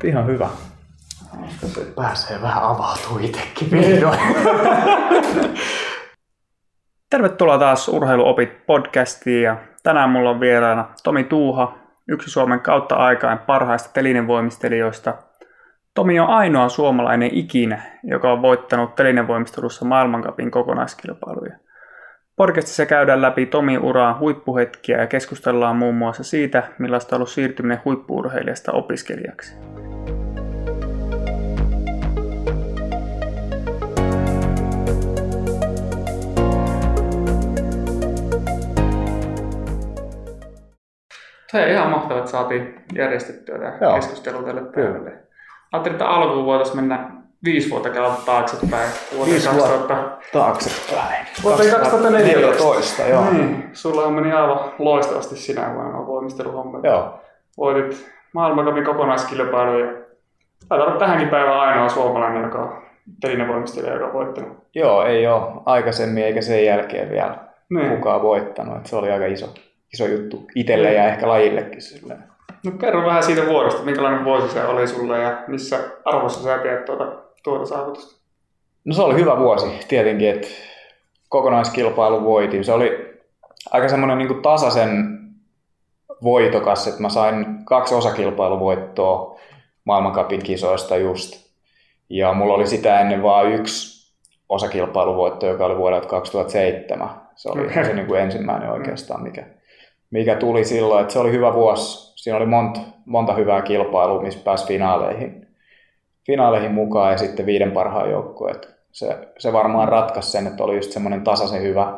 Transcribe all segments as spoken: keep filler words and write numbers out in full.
ihan hyvä. Se pääsee vähän avautumaan itsekin vihdoin. Tervetuloa taas Urheiluopit podcastiin ja tänään mulla on vieraana Tomi Tuuha, yksi Suomen kautta aikain parhaista telinevoimistelijoista. Tomi on ainoa suomalainen ikinä, joka on voittanut telinevoimistelussa maailmancupin kokonaiskilpailuja. Podcastissa käydään läpi Tomin uraa huippuhetkiä ja keskustellaan muun muassa siitä, millaista on ollut siirtyminen huippu-urheilijasta opiskelijaksi. Hei, ihan mahtavaa, että saatiin järjestettyä tämä keskustelu tälle päivälle. Ajattelin, että alkuun voitaisiin mennä viisi vuotta käydä taaksepäin. Viisi vuotta taaksepäin. Vuoteen kaksituhattaneljätoista. Joo. Niin, sulla meni aivan loistavasti sinä vuonna voimisteluhommat. Joo. Voitit maailmancupin kokonaiskilpailu ja taitaa olla tähänkin päivään ainoa suomalainen, joka on telinevoimistelija, joka on voittanut. Joo, ei ole aikaisemmin eikä sen jälkeen vielä niin kukaan voittanut. Että se oli aika iso. Iso juttu itselle ja ehkä lajillekin. Silleen. No kerro vähän siitä vuodesta, minkälainen vuosi se oli sulle ja missä arvossa sä teet tuota, tuota saavutusta? No se oli hyvä vuosi tietenkin, että kokonaiskilpailu voitin. Se oli aika semmoinen niin kuin tasaisen voitokas, että mä sain kaksi osakilpailuvoittoa maailmancupin kisoista just. Ja mulla oli sitä ennen vaan yksi osakilpailuvoitto, joka oli vuodelta kaksituhattaseitsemän. Se oli okay. se niin kuin ensimmäinen oikeastaan, mikä mikä tuli silloin, että se oli hyvä vuosi. Siinä oli monta, monta hyvää kilpailua, missä pääsi finaaleihin, finaaleihin mukaan ja sitten viiden parhaan joukkoon. Se, se varmaan ratkaisi sen, että oli just semmoinen tasaisen hyvä,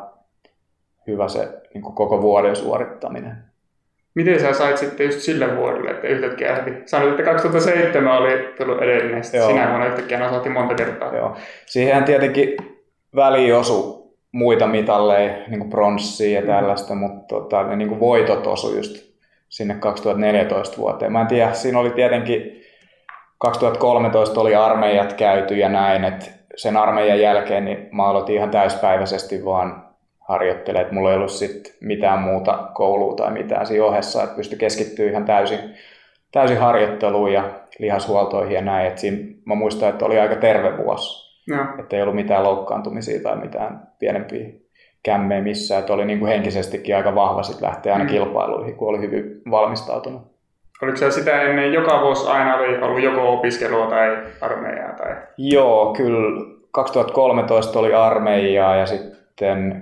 hyvä se niin kuin koko vuoden suorittaminen. Miten sä sait sitten just sille vuodelle, että yhtäkkiä lähti? Sanoit, että kaksituhattaseitsemän oli tullut edellinen, sitten sinä vuonna yhtäkkiä nasahti monta kertaa. Joo. Siihen tietenkin väliin osui muita mitalleja, niin kuin pronssia ja tällaista, mm. mutta tota, ne niin kuin voitot osui just sinne kaksituhattaneljätoista vuoteen. Mä en tiedä, siinä oli tietenkin kaksituhattakolmetoista oli armeijat käyty ja näin, että sen armeijan jälkeen niin mä aloitin ihan täyspäiväisesti vaan harjoittelemaan, että mulla ei ollut sit mitään muuta koulua tai mitään siinä ohessa, että pystyi keskittyä ihan täysin, täysin harjoitteluun ja lihashuoltoihin ja näin, että siinä mä muistan, että oli aika terve vuosi. No. Että ei ollut mitään loukkaantumisia tai mitään pienempiä kämmejä missään. Että oli niin kuin henkisestikin aika vahva sit lähteä aina mm. kilpailuihin, kun oli hyvin valmistautunut. Oliko se sitä ennen joka vuosi aina oli ollut joko opiskelua tai armeijaa? Tai... Joo, kyllä. kaksituhattakolmetoista oli armeijaa ja sitten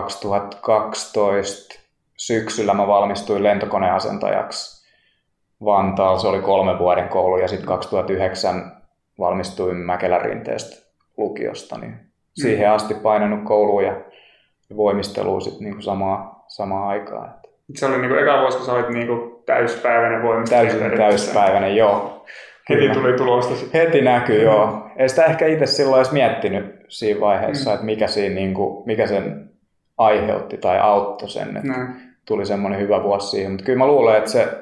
kaksituhattakaksitoista syksyllä mä valmistuin lentokoneasentajaksi Vantaalla. Se oli kolmen vuoden koulu ja sitten kaksituhattayhdeksän valmistuin Mäkelän rinteestä lukiosta, niin siihen asti painanut kouluun ja voimisteluun sitten niinku samaa, samaa aikaa. Se oli niinku eka vuosi, kun sä olit niinku täyspäiväinen voimistelija. Täysin täyspäiväinen, joo. Heti tuli tulosta sitten. Heti näkyy, joo. Ei sitä ehkä itse silloin edes miettinyt siinä vaiheessa, mm. että mikä, siinä, niinku, mikä sen aiheutti tai auttoi sen, että mm. tuli semmoinen hyvä vuosi siihen. Mutta kyllä mä luulen, että se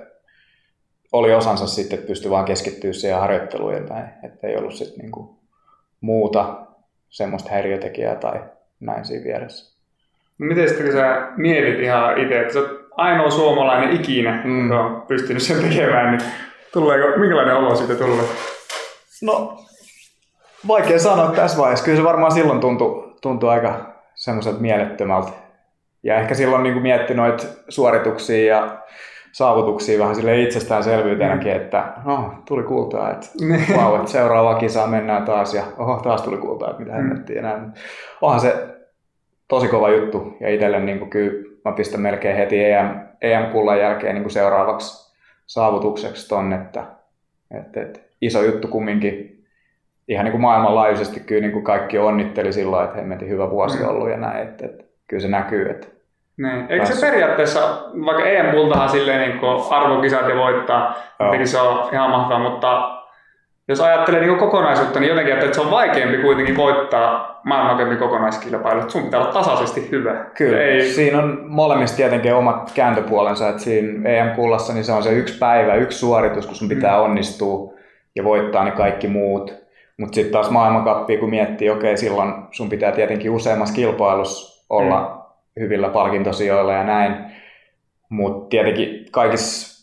oli osansa sitten, että pystyi vaan keskittyä siihen harjoitteluun jotain, että ei ollut sitten niinku muuta semmoista häiriötekijää tai näin siinä vieressä. No miten sitten kun sä mietit ihan itse, että sä oot ainoa suomalainen ikinä, mm. joka on pystynyt sen tekemään, niin tuleeko, minkälainen olo siitä tulee? No vaikea sanoa tässä vaiheessa. Kyllä se varmaan silloin tuntui, tuntui aika semmoiselta mielettömältä. Ja ehkä silloin niin kuin mietti noita suorituksia ja saavutuksia vähän sille itsestäänselvyytenäkin, että no, tuli kultaa, että vau, että seuraava kisa mennään taas ja oho, taas tuli kultaa, että mitä hemmettiin ja näin. Onhan se tosi kova juttu ja itselle niin kuin, kyllä mä pistän melkein heti E M, E M-kullan jälkeen niin kuin seuraavaksi saavutukseksi ton, että, että, että iso juttu kumminkin. Ihan niin kuin maailmanlaajuisesti kyllä niin kuin kaikki onnitteli silloin, että hemmetin hyvä vuosi ollut ja näin, että, että kyllä se näkyy, että niin. Eikö se periaatteessa, vaikka E M-kultahan silleen niin arvokisat ja voittaa, jotenkin se on ihan mahtavaa, mutta jos ajattelee niin kokonaisuutta, niin jotenkin että se on vaikeampi kuitenkin voittaa maailmancupin kokonaiskilpailut. Sun pitää olla tasaisesti hyvä. Kyllä, ei... siinä on molemmissa tietenkin omat kääntöpuolensa, että siinä E M-kullassa niin se on se yksi päivä, yksi suoritus, kun sun pitää mm. onnistua ja voittaa ne kaikki muut. Mutta sitten taas maailmancuppia, kun miettii, okei, silloin sun pitää tietenkin useammassa kilpailussa olla mm. hyvillä palkintosijoilla ja näin. Mutta tietenkin kaikissa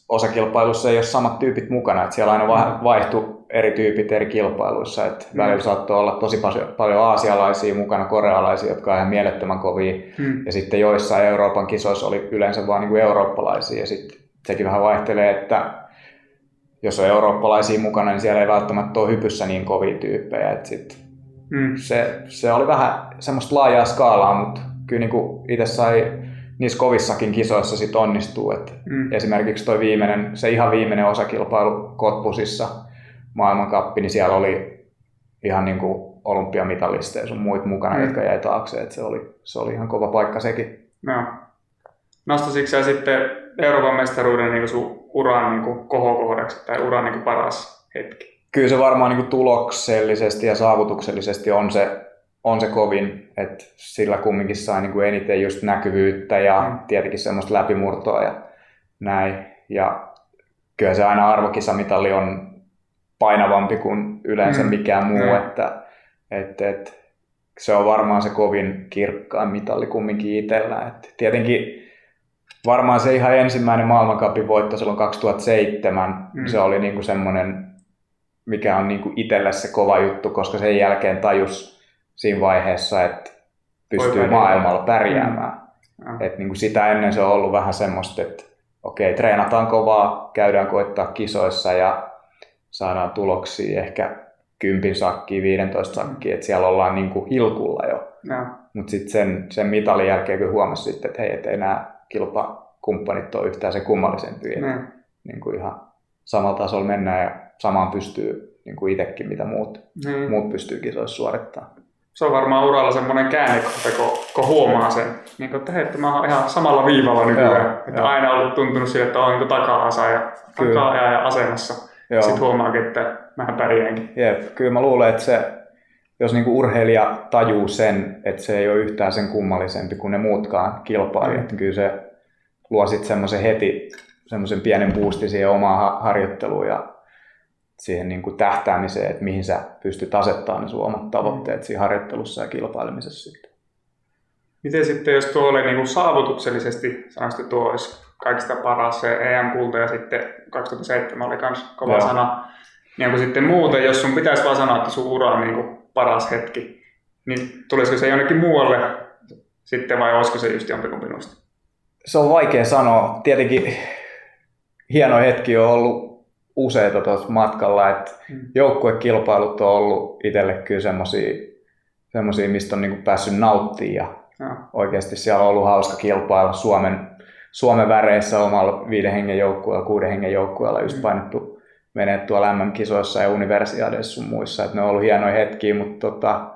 osakilpailussa ei ole samat tyypit mukana, että siellä aina vaihtui eri tyypit eri kilpailuissa, että mm. välillä saattoi olla tosi paljon aasialaisia mukana, korealaisia, jotka on ihan mielettömän kovia, mm. ja sitten joissain Euroopan kisoissa oli yleensä vain niin kuin eurooppalaisia, ja sitten sekin vähän vaihtelee, että jos on eurooppalaisia mukana, niin siellä ei välttämättä ole hypyssä niin kovia tyyppejä, että sit mm. se, se oli vähän semmoista laajaa skaalaa, mutta kyllä niin itse sai niissä kovissakin kisoissa sit onnistuu, että mm. esimerkiksi toi viimeinen, se ihan viimeinen osakilpailu Cottbusissa maailmankappi, niin siellä oli ihan niin kuin olympiamitalisteja sun muut mukana, mm. jotka jäi taakse, että se oli, se oli ihan kova paikka sekin. No. Nostasitko sä sitten Euroopan mestaruuden niin sun uran niin kohokohdaksi tai uran niin paras hetki? Kyllä se varmaan niin tuloksellisesti ja saavutuksellisesti on se, on se kovin, että sillä kumminkin sai niin kuin eniten just näkyvyyttä ja mm. tietenkin semmoista läpimurtoa ja näin. Ja kyllä se aina arvokisamitali on painavampi kuin yleensä mm. mikään muu, mm. että et, et, se on varmaan se kovin kirkkain mitali kumminkin itsellä. Et tietenkin varmaan se ihan ensimmäinen maailmancupin voitto silloin kaksituhattaseitsemän, mm. se oli niinku semmoinen, mikä on niinku itselle se kova juttu, koska sen jälkeen tajus siinä vaiheessa, että pystyy maailmalla pärjäämään. Mm. Et niinku sitä ennen se on ollut vähän semmoista, että okei, treenataan kovaa, käydään koittaa kisoissa ja saadaan tuloksia ehkä kympin sakkiin, viidentoista sakkiin, että siellä ollaan niinku hilkulla jo. No. Mutta sitten sen, sen mitalin jälkeen kun huomasi sitten, että hei, et ei nämä kilpakumppanit ole yhtään sen kummallisempia. No. Niinku ihan samalla tasolla mennään ja samaan pystyy niinku itsekin, mitä muut, no. muut pystyy kisoissa suorittamaan. Se on varmaan uralla semmoinen käännekohta, kun, kun huomaa sen, niin kun, että hei, että mä oon ihan samalla viivalla nykyään. Joo, että jo. Aina ollut tuntunut sille, että on niin taka-aja ja asemassa. Joo. Sitten huomaakin, että mähän pärjäänkin. Jep, kyllä mä luulen, että se, jos niinku urheilija tajuu sen, että se ei ole yhtään sen kummallisempi kuin ne muutkaan kilpailijat, mm. kyllä se luo sitten semmoisen heti semmoisen pienen boostin siihen omaan harjoitteluun ja siihen niinku tähtäämiseen, että mihin sä pystyt asettamaan ne sun omat tavoitteet mm. siinä harjoittelussa ja kilpailemisessa sitten. Miten sitten, jos tuo oli niinku saavutuksellisesti, sanoisin, että tuo olisi kaikista paras se E M-kulta ja sitten kaksituhattaseitsemän oli myös kova Joo. sana. Niin onko sitten muuten, jos sun pitäisi vaan sanoa, että sun ura on niin paras hetki, niin tulisiko se jonnekin muualle sitten vai olisiko se just jompikumpi noista? Se on vaikea sanoa. Tietenkin hieno hetki on ollut useita tuossa matkalla, että hmm. joukkuekilpailut on ollut itselle kyllä semmoisia, mistä on niin päässyt nauttimaan ja no. oikeasti siellä on ollut hauska kilpailla Suomen Suomen väreissä omalla viiden hengen joukkueella, kuuden hengen joukkueella just painettu menee tuolla M M-kisoissa ja universiaadeissa sun muissa. Et ne on ollut hienoja hetkiä, mutta tota,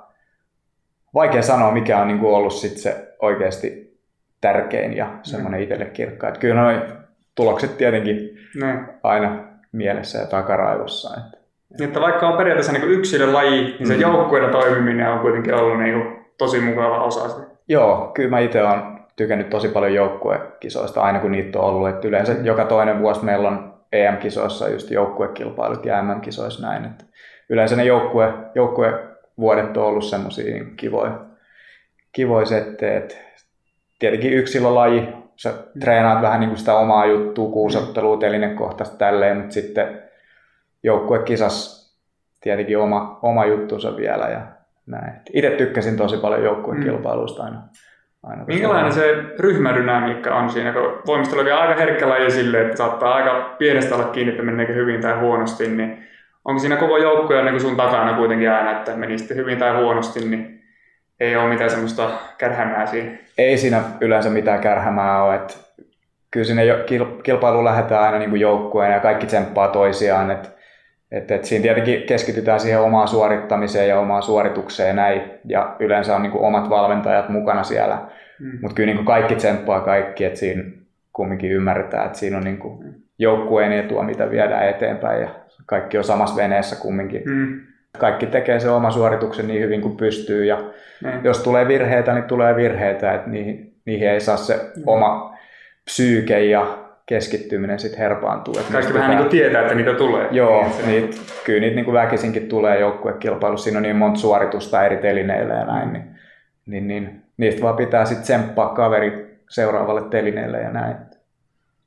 vaikea sanoa mikä on niinku ollut sit se oikeasti tärkein ja semmoinen itselle kirkka. Et kyllä nuo tulokset tietenkin ne. Aina mielessä ja takaraivossa. Et. Niin, että vaikka on periaatteessa niinku yksilölaji, niin se mm. joukkueiden toimiminen on kuitenkin ollut niinku tosi mukava osa sitä. Joo, kyllä mä itse olen tykännyt tosi paljon joukkuekisoista aina kun niitä on ollut. Et yleensä joka toinen vuosi meillä on E M-kisoissa just joukkuekilpailut ja M M-kisoissa näin. Et yleensä ne joukkue, joukkuevuodet on ollut semmosia kivoja, kivoja setteet. Tietenkin yksilölaji, sä treenaat vähän niin kuin sitä omaa juttua, kuusottelua, telinekohtaista tälleen, mutta sitten joukkuekisas tietenkin oma, oma juttunsa vielä ja näin. Itse tykkäsin tosi paljon joukkuekilpailuista aina. Aina minkälainen se ryhmädynamiikka on siinä, kun voimistelu on aika herkkä laji sille, että saattaa aika pienestä olla kiinni, että meneekö hyvin tai huonosti, niin onko siinä koko joukko niin sun takana kuitenkin aina, että meni sitten hyvin tai huonosti, niin ei ole mitään semmoista kärhämää siinä? Ei siinä yleensä mitään kärhämää ole, että kyllä sinne kilpailuun lähdetään aina niin kuin joukkueen ja kaikki tsemppaa toisiaan, että Että et siinä tietenkin keskitytään siihen omaan suorittamiseen ja omaan suoritukseen näin, ja yleensä on niinku omat valmentajat mukana siellä, mm. mutta kyllä niinku kaikki tsemppaa kaikki, että siinä kumminkin ymmärretään, että siinä on niinku joukkueen etua, mitä viedään eteenpäin, ja kaikki on samassa veneessä kumminkin. Mm. Kaikki tekee se oma suorituksen niin hyvin kuin pystyy, ja mm. jos tulee virheitä, niin tulee virheitä, että niihin, niihin ei saa se mm. oma psyyke ja keskittyminen sitten herpaantuu. Kaikki vähän pitää... niin kuin tietää, että niitä tulee. Joo, niitä, kyllä niitä niin kuin väkisinkin tulee joukkuekilpailussa. Siinä on niin monta suoritusta eri telineillä ja näin. Niin, niin, niin, niistä vaan pitää sitten tsemppaa kaveri seuraavalle telineelle ja näin.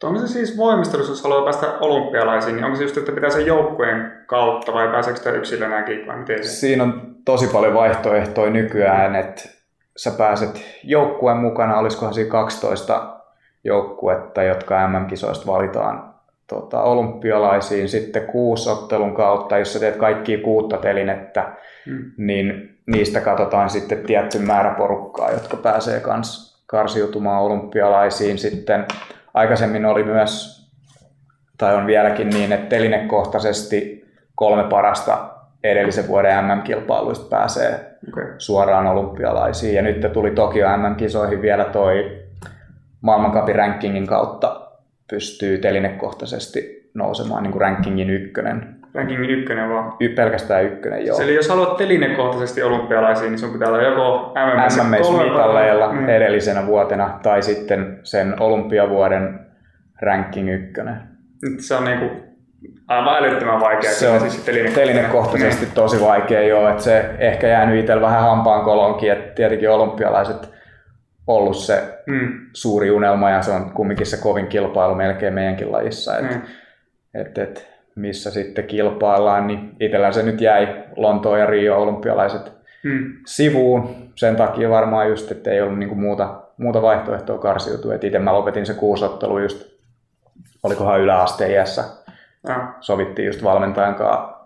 Onko se siis voimistelussa, jos haluaa päästä olympialaisiin, niin onko se just, että pitää sen joukkueen kautta vai pääseekö sitä yksilönäkin vai miten se? Siinä on tosi paljon vaihtoehtoja nykyään, että sä pääset joukkueen mukana, olisikohan siinä kaksitoista joukkuetta, jotka M M-kisoista valitaan tota, olympialaisiin, sitten kuusi ottelun kautta, jos sä teet kaikkia kuutta telinettä, hmm. niin niistä katsotaan sitten tietty määrä porukkaa, jotka pääsee kans karsiutumaan olympialaisiin. Sitten aikaisemmin oli myös, tai on vieläkin niin, että telinekohtaisesti kolme parasta edellisen vuoden M M-kilpailuista pääsee okay. suoraan olympialaisiin. Ja nyt tuli Tokio M M-kisoihin vielä toi maailmancupin rankingin kautta pystyy telinekohtaisesti nousemaan niin kuin rankingin ykkönen. Rankingin ykkönen vaan? Y- pelkästään ykkönen, joo. Eli jos haluat telinekohtaisesti olympialaisiin, niin sun pitää olla joko M M-mitalleilla mm. edellisenä vuotena tai sitten sen olympiavuoden ranking ykkönen. Se on niinku aivan älyttömän vaikea. Se on siis telinekohtaisesti niin. tosi vaikea, joo. Että se ehkä jäänyt itsellä vähän hampaan kolonkin, että tietenkin olympialaiset ollut se mm. suuri unelma ja se on kumminkin se kovin kilpailu melkein meidänkin lajissa. Että mm. et, et, missä sitten kilpaillaan, niin itsellä se nyt jäi Lontoon ja Rio olympialaiset mm. sivuun. Sen takia varmaan just, että ei ollut niinku muuta, muuta vaihtoehtoa karsiutua. Itse mä lopetin se kuusottelu just, olikohan yläasteen iässä. Ja. Sovittiin just valmentajan kanssa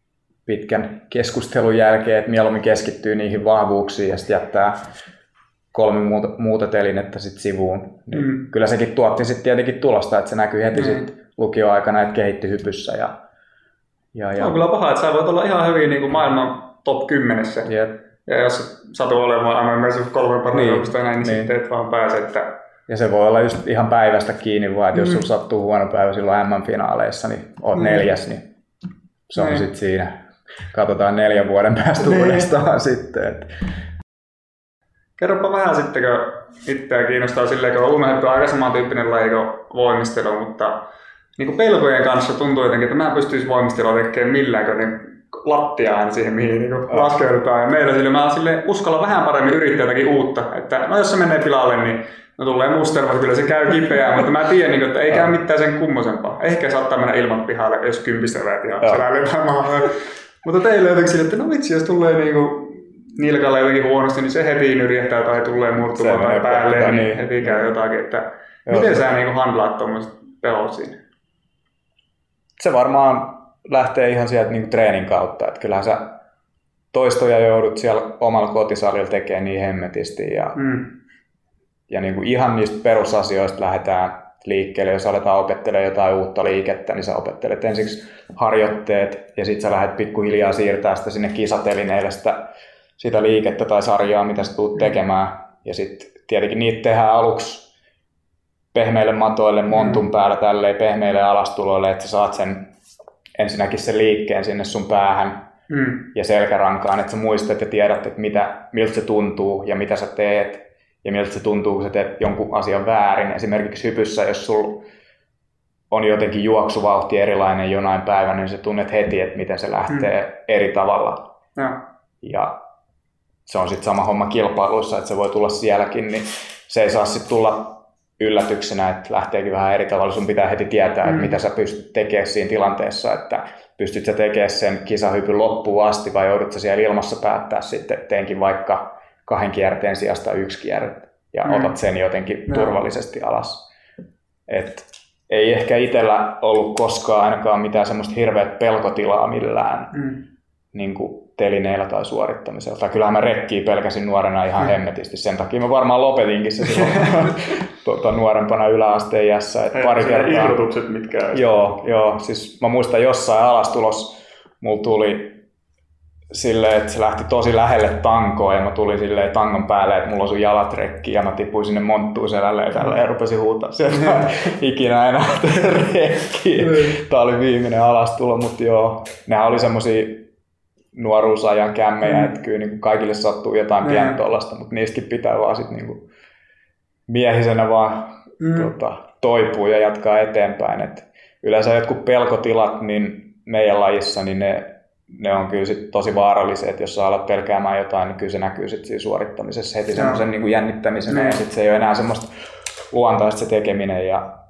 pitkän keskustelun jälkeen, että mieluummin keskittyy niihin vahvuuksiin ja sitten jättää kolme muuta, muuta telinettä sit sivuun. Niin mm. kyllä sekin tuotti sitten tietenkin tulosta, että se näkyy heti mm. sit lukioaikana, että kehitti hypyssä. Ja, ja, ja... On kyllä paha, että sä voit olla ihan hyvin niin kuin maailman top kymmenessä. Yep. Ja jos satu olemaan M M kolme parhaista niin, näin, niin, niin sitten et vaan pääse. Että... Ja se voi olla just ihan päivästä kiinni vaan, että mm. jos sulla sattuu huono päivä silloin M M-finaaleissa, niin oot mm. neljäs, niin se on niin. sitten siinä. Katsotaan neljän vuoden päästä niin. uudestaan sitten. Että... Kerropa vähän sitten, kun itseä kiinnostaa silleen, kun lumihyppy on aika samantyyppinen laji kuin voimistelu, mutta niin kuin pelkojen kanssa tuntuu jotenkin, että mä en pystyisi voimistelua tekemään millään, kun niin lattiaan siihen, mihin niin laskeudutaan. Ja meillä sille, mä sille uskalla vähän paremmin yrittää jotakin uutta, että no jos se menee pilalle, niin no tulee mustelma, kyllä se käy kipeää, mutta mä tiedän, niin, että ei käy mitään sen kummosempaa. Ehkä saattaa mennä ilman pihalle, jos kympistä väät ihan seläilemään maahan. Mutta teille jotenkin sille, että no vitsi, jos tulee niinku nilkalla jotenkin huonosti, niin se heti nyrjähtää tai tulee murtumaan tai päälleen, niin heti käy jotakin. Että miten sä niinku handlaat tuommoiset pelot siinä? Se varmaan lähtee ihan sieltä niinku treenin kautta. Että kyllähän sä toistoja joudut siellä omalla kotisalilla tekemään niin hemmetisti. Ja, mm. ja niinku ihan niistä perusasioista lähdetään liikkeelle. Jos aletaan opettelemaan jotain uutta liikettä, niin sä opettelet ensiksi harjoitteet ja sitten sä lähdet pikkuhiljaa siirtää sitä sinne kisatelineille sitä, sitä liikettä tai sarjaa, mitä sä tulet tekemään. Ja sitten tietenkin niitä tehdään aluksi pehmeille matoille, montun päällä, tälleen pehmeille alastuloille, että sä saat sen ensinnäkin sen liikkeen sinne sun päähän mm. ja selkärankaan, että sä muistat ja tiedät, että mitä, miltä se tuntuu ja mitä sä teet. Ja miltä se tuntuu, kun sä teet jonkun asian väärin. Esimerkiksi hypyssä, jos sulla on jotenkin juoksuvauhti erilainen jonain päivänä, niin sä tunnet heti, että miten se lähtee mm. eri tavalla. Ja, ja se on sitten sama homma kilpailuissa, että se voi tulla sielläkin, niin se ei saa sitten tulla yllätyksenä, että lähteekin vähän eri tavalla. Sun pitää heti tietää, mm. että mitä sä pystyt tekemään siinä tilanteessa, että pystyt sä tekemään sen kisahypyn loppuun asti vai joudut sä siellä ilmassa päättää sitten, teenkin vaikka kahden kierteen sijasta yksi kierre ja mm. otat sen jotenkin no. turvallisesti alas. Et ei ehkä itsellä ollut koskaan ainakaan mitään semmoista hirveät pelkotilaa millään mm. niin kuin telineillä tai suorittamisella. Tai kyllähän mä rekkiä pelkäsin nuorena ihan mm. hemmetisti. Sen takia mä varmaan lopetinkin se silloin tuota, nuorempana yläasteen iässä. Et pari kertaa. Irrotukset mitkä Joo, joo, siis mä muistan jossain alastulos mulla tuli silleen, että se lähti tosi lähelle tankoa ja mä tulin silleen tangon päälle, että mulla osui jalat rekkiin ja mä tipuin sinne monttuun selälle ja tällä ja rupesin huutaa sieltä ikinä enää rekkiin. Tää oli viimeinen alastulo, mutta joo, nehän oli semmosia nuoruusajan kämmejä, mm. että kyllä niin kaikille sattuu jotain mm. pientä tollasta, mutta niistäkin pitää vaan sit niin miehisenä vaan mm. tota, toipua ja jatkaa eteenpäin. Et yleensä jotkut pelkotilat niin meidän lajissa, niin ne Ne on kyllä sit tosi vaarallisia, että jos sä alat pelkäämään jotain, niin kyllä se näkyy sit siinä suorittamisessa heti semmoisen niin jännittämisenä mm. ja sit se ei ole enää semmoista luontaista se tekeminen ja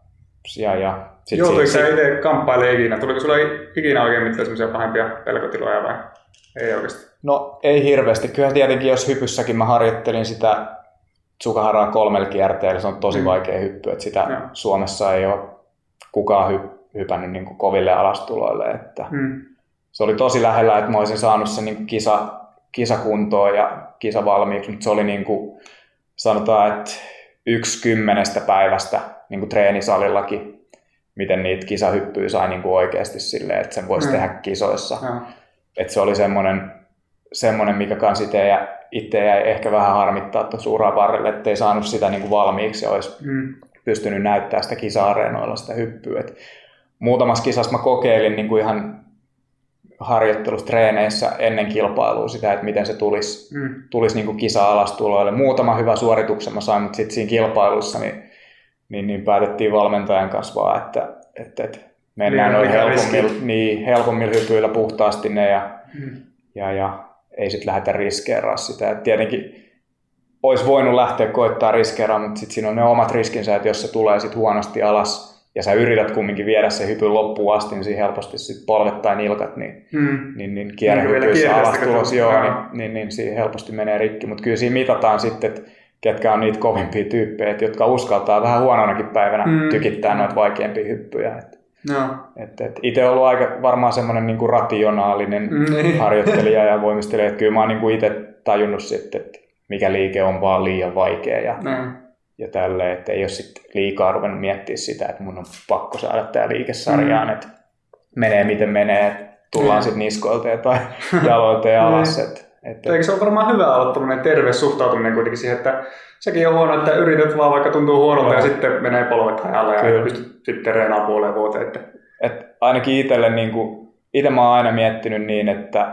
Ja, ja joutuiko sä itse kamppailemaan ikinä? Tuliko sulla ikinä oikein mitään semmoisia pahempia pelkotiloja vai ei oikeasti? No ei hirveästi. Kyllä tietenkin jos hypyssäkin mä harjoittelin sitä Tsukaharaa kolmella kierteellä, se on tosi mm. vaikea hyppy. Että sitä no. Suomessa ei ole kukaan hy- hypännyt niin kuin koville alastuloille. Että mm. Se oli tosi lähellä, että mä olisin saanut sen niin kuin kisa, kisakuntoon ja kisavalmiiksi, mutta se oli niin kuin, sanotaan, että yksi kymmenestä päivästä niin kuin treenisalillakin, miten niitä kisahyppyjä sai niin kuin oikeasti silleen, että sen voisi mm. tehdä kisoissa. Mm. Että se oli semmoinen, semmoinen mikä kans itse jäi ehkä vähän harmittaa tuossa uran varrelle, ettei saanut sitä niin kuin valmiiksi ja olisi mm. pystynyt näyttämään sitä kisa-areenoilla sitä hyppyä. Et muutamassa kisassa mä kokeilin niin kuin ihan harjoittelussa treeneissä ennen kilpailua sitä, että miten se tulisi, mm. tulisi niin kuin kisa-alastuloille. Muutama hyvä suorituksen mä sain, mutta sitten siinä kilpailussa niin, niin, niin päätettiin valmentajan kanssa vaan, että, että, että mennään noin helpommilla, niin, helpommilla hypyillä puhtaasti ne ja, mm. ja, ja ei sitten lähdetä riskeeraamaan sitä. Et tietenkin olisi voinut lähteä koittaa riskeeraamaan, mutta sitten siinä on ne omat riskinsä, että jos se tulee sit huonosti alas ja sä yrität kumminkin viedä se hypyn loppuun asti, niin siinä helposti sit polvet tai nilkat, niin, mm. niin, niin kierrehypyissä alastulos, joo, niin, niin, niin siinä helposti menee rikki. Mutta kyllä siinä mitataan sitten, että ketkä on niitä kovimpia tyyppejä, jotka uskaltaa vähän huononakin päivänä mm. tykittää noita vaikeampia hyppyjä. Et, no. et, et itse olen ollut aika varmaan semmoinen niinku rationaalinen mm. harjoittelija ja voimistelija, että kyllä mä oon niinku itse tajunnut sitten, että mikä liike on vaan liian vaikea ja, mm. ja tälleen, että ei ole sitten liikaa ruvennut miettimään sitä, että mun on pakko saada tää liikesarjaan, mm. että menee miten menee, että tullaan mm. sitten niskoilta tai jaloilta ja alas. Et, että... Eikö se ole varmaan hyvä olla tämmöinen terve suhtautuminen kuitenkin siihen, että sekin on huono, että yrität vaan vaikka tuntuu huonolta no. ja sitten menee polvet hajalle ja Kyllä. pystyt sitten reenaamaan puoleen vuoteen. Että... Et ainakin itselle, niin kuin, itse mä oon aina miettinyt niin, että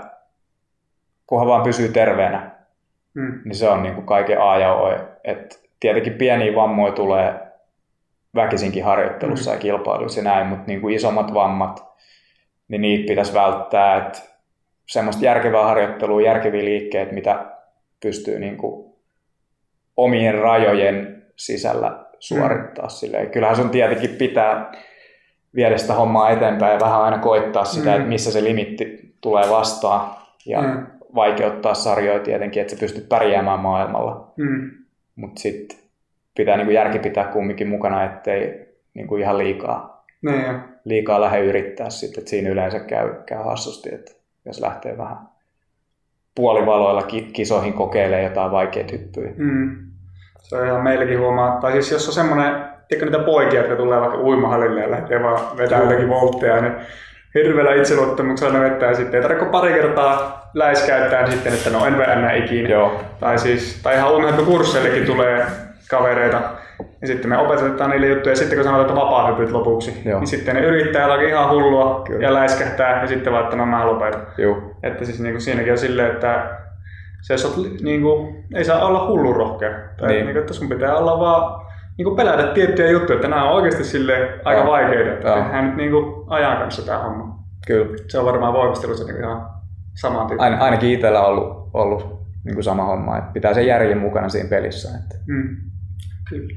kunhan vaan pysyy terveenä, hmm. niin se on niin kuin kaiken A ja O. Et tietenkin pieniä vammoja tulee väkisinkin harjoittelussa hmm. ja kilpailuissa ja näin, mutta niin kuin isommat vammat, niin niitä pitäisi välttää. Et semmoista järkevää harjoittelua, järkeviä liikkeitä, mitä pystyy niin kuin omien rajojen sisällä suorittaa. Mm. Kyllähän sun tietenkin pitää viedä sitä hommaa eteenpäin ja vähän aina koittaa sitä, mm. että missä se limitti tulee vastaan ja mm. vaikeuttaa sarjoja tietenkin, että sä pystyt pärjäämään maailmalla. Mm. Mutta sitten pitää niinku järki pitää kumminkin mukana, ettei niinku ihan liikaa, mm. liikaa lähde yrittää sitten, että siinä yleensä käy, käy hassusti, että jos lähtee vähän puolivaloilla kisoihin kokeilemaan jotain vaikeita hyppyjä. Mm. Se on ihan meilläkin huomaa. Tai siis jos on semmoinen, tiedätkö niitä poikia, jotka tulee vaikka uimahallille ja lähtee vaan vetää jotakin voltteja, niin hirveellä itseluottamuksella ne vetää sitten. Ei tarvitse pari kertaa läiskäyttää sitten, että no en vedä ikinä. Joo. Tai, siis, tai ihan uimahyppykursseillekin tulee kavereita. Ja sitten me opetetaan niille juttuja ja sitten kun sanotaan, että vapaa-hypyt lopuksi, Joo. niin sitten ne yrittää jotakin ihan hullua Kyllä. ja läiskähtää ja sitten vaan, että no mä lopetan. Joo. Että siis niin kuin siinäkin on silleen, että se jos olet, niin kuin, ei saa olla hullun rohkea. Tai niin. niin, että sun pitää olla vaan niin kuin pelätä tiettyjä juttuja, että nämä on oikeasti silleen aika ja. vaikeita. Että tehdään nyt niin kuin ajan kanssa tämä homma. Kyllä. Se on varmaan voimistelussa niin ihan sama tyyppi. Ain, ainakin itsellä on ollut, ollut niin kuin sama homma, että pitää sen järjen mukana siinä pelissä. Että. Mm. Kyllä.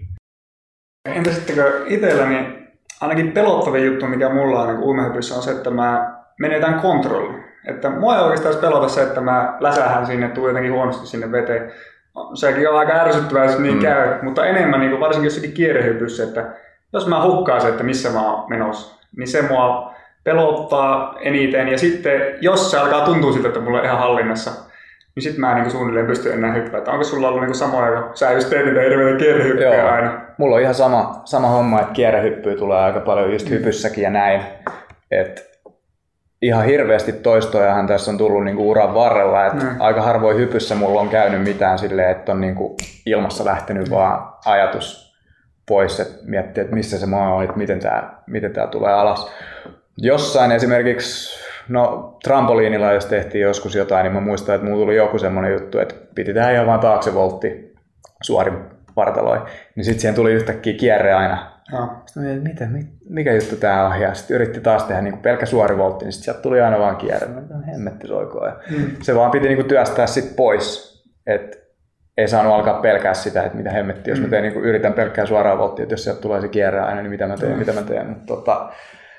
Entä sittenkö itsellä, niin ainakin pelottavin juttu, mikä mulla on niin uimahypyissä, on se, että mä menetän kontrolli. Että mua ei oikeastaan pelota se, että mä läsähän sinne, tuun jotenkin huonosti sinne veteen. Sekin on aika ärsyttävää, jos niin mm. käy, mutta enemmän niin varsinkin jossakin kierrehypyssä, että jos mä hukkaan se, että missä mä oon menossa, niin se mua pelottaa eniten. Ja sitten jos se alkaa tuntua siltä, että mulla on ihan hallinnassa, niin sit mä en niin suunnilleen pysty enää hyppää. Onko sulla ollut niin samoja, kun sä just teet niitä hirveitä kierrehyppyjä aina? Mulla on ihan sama, sama homma, että kierrehyppyä tulee aika paljon just hypyssäkin ja näin. Et ihan hirveästi toistojahan tässä on tullut niinku uran varrella. Et mm. aika harvoin hypyssä mulla on käynyt mitään silleen, että on niinku ilmassa lähtenyt mm. vaan ajatus pois, että miettii, että missä se maa on, että miten tää, miten tää tulee alas. Jossain esimerkiksi, no trampoliinilla jos tehtiin joskus jotain, niin mä muistan, että mulla tuli joku semmoinen juttu, että piti tehdä ihan vaan taakse voltti suorin vartaloin. Niin sitten siihen tuli yhtäkkiä kierre aina. No. Sitten mä mietin, mitä, mikä juttu tää on? Ja sitten yritti taas tehdä niin pelkkä suori voltti, niin sitten sieltä tuli aina vaan kierre. Mä hemmetti soikoon. Ja mm. se vaan piti niin työstää sit pois. Et ei saanut alkaa pelkää sitä, että mitä hemmettiä, jos mä teen, niin kuin, yritän pelkkää suoraan volttia, että jos sieltä tulee se kierrä aina, niin mitä mä teen, mm. mitä mä teen. Mutta tota,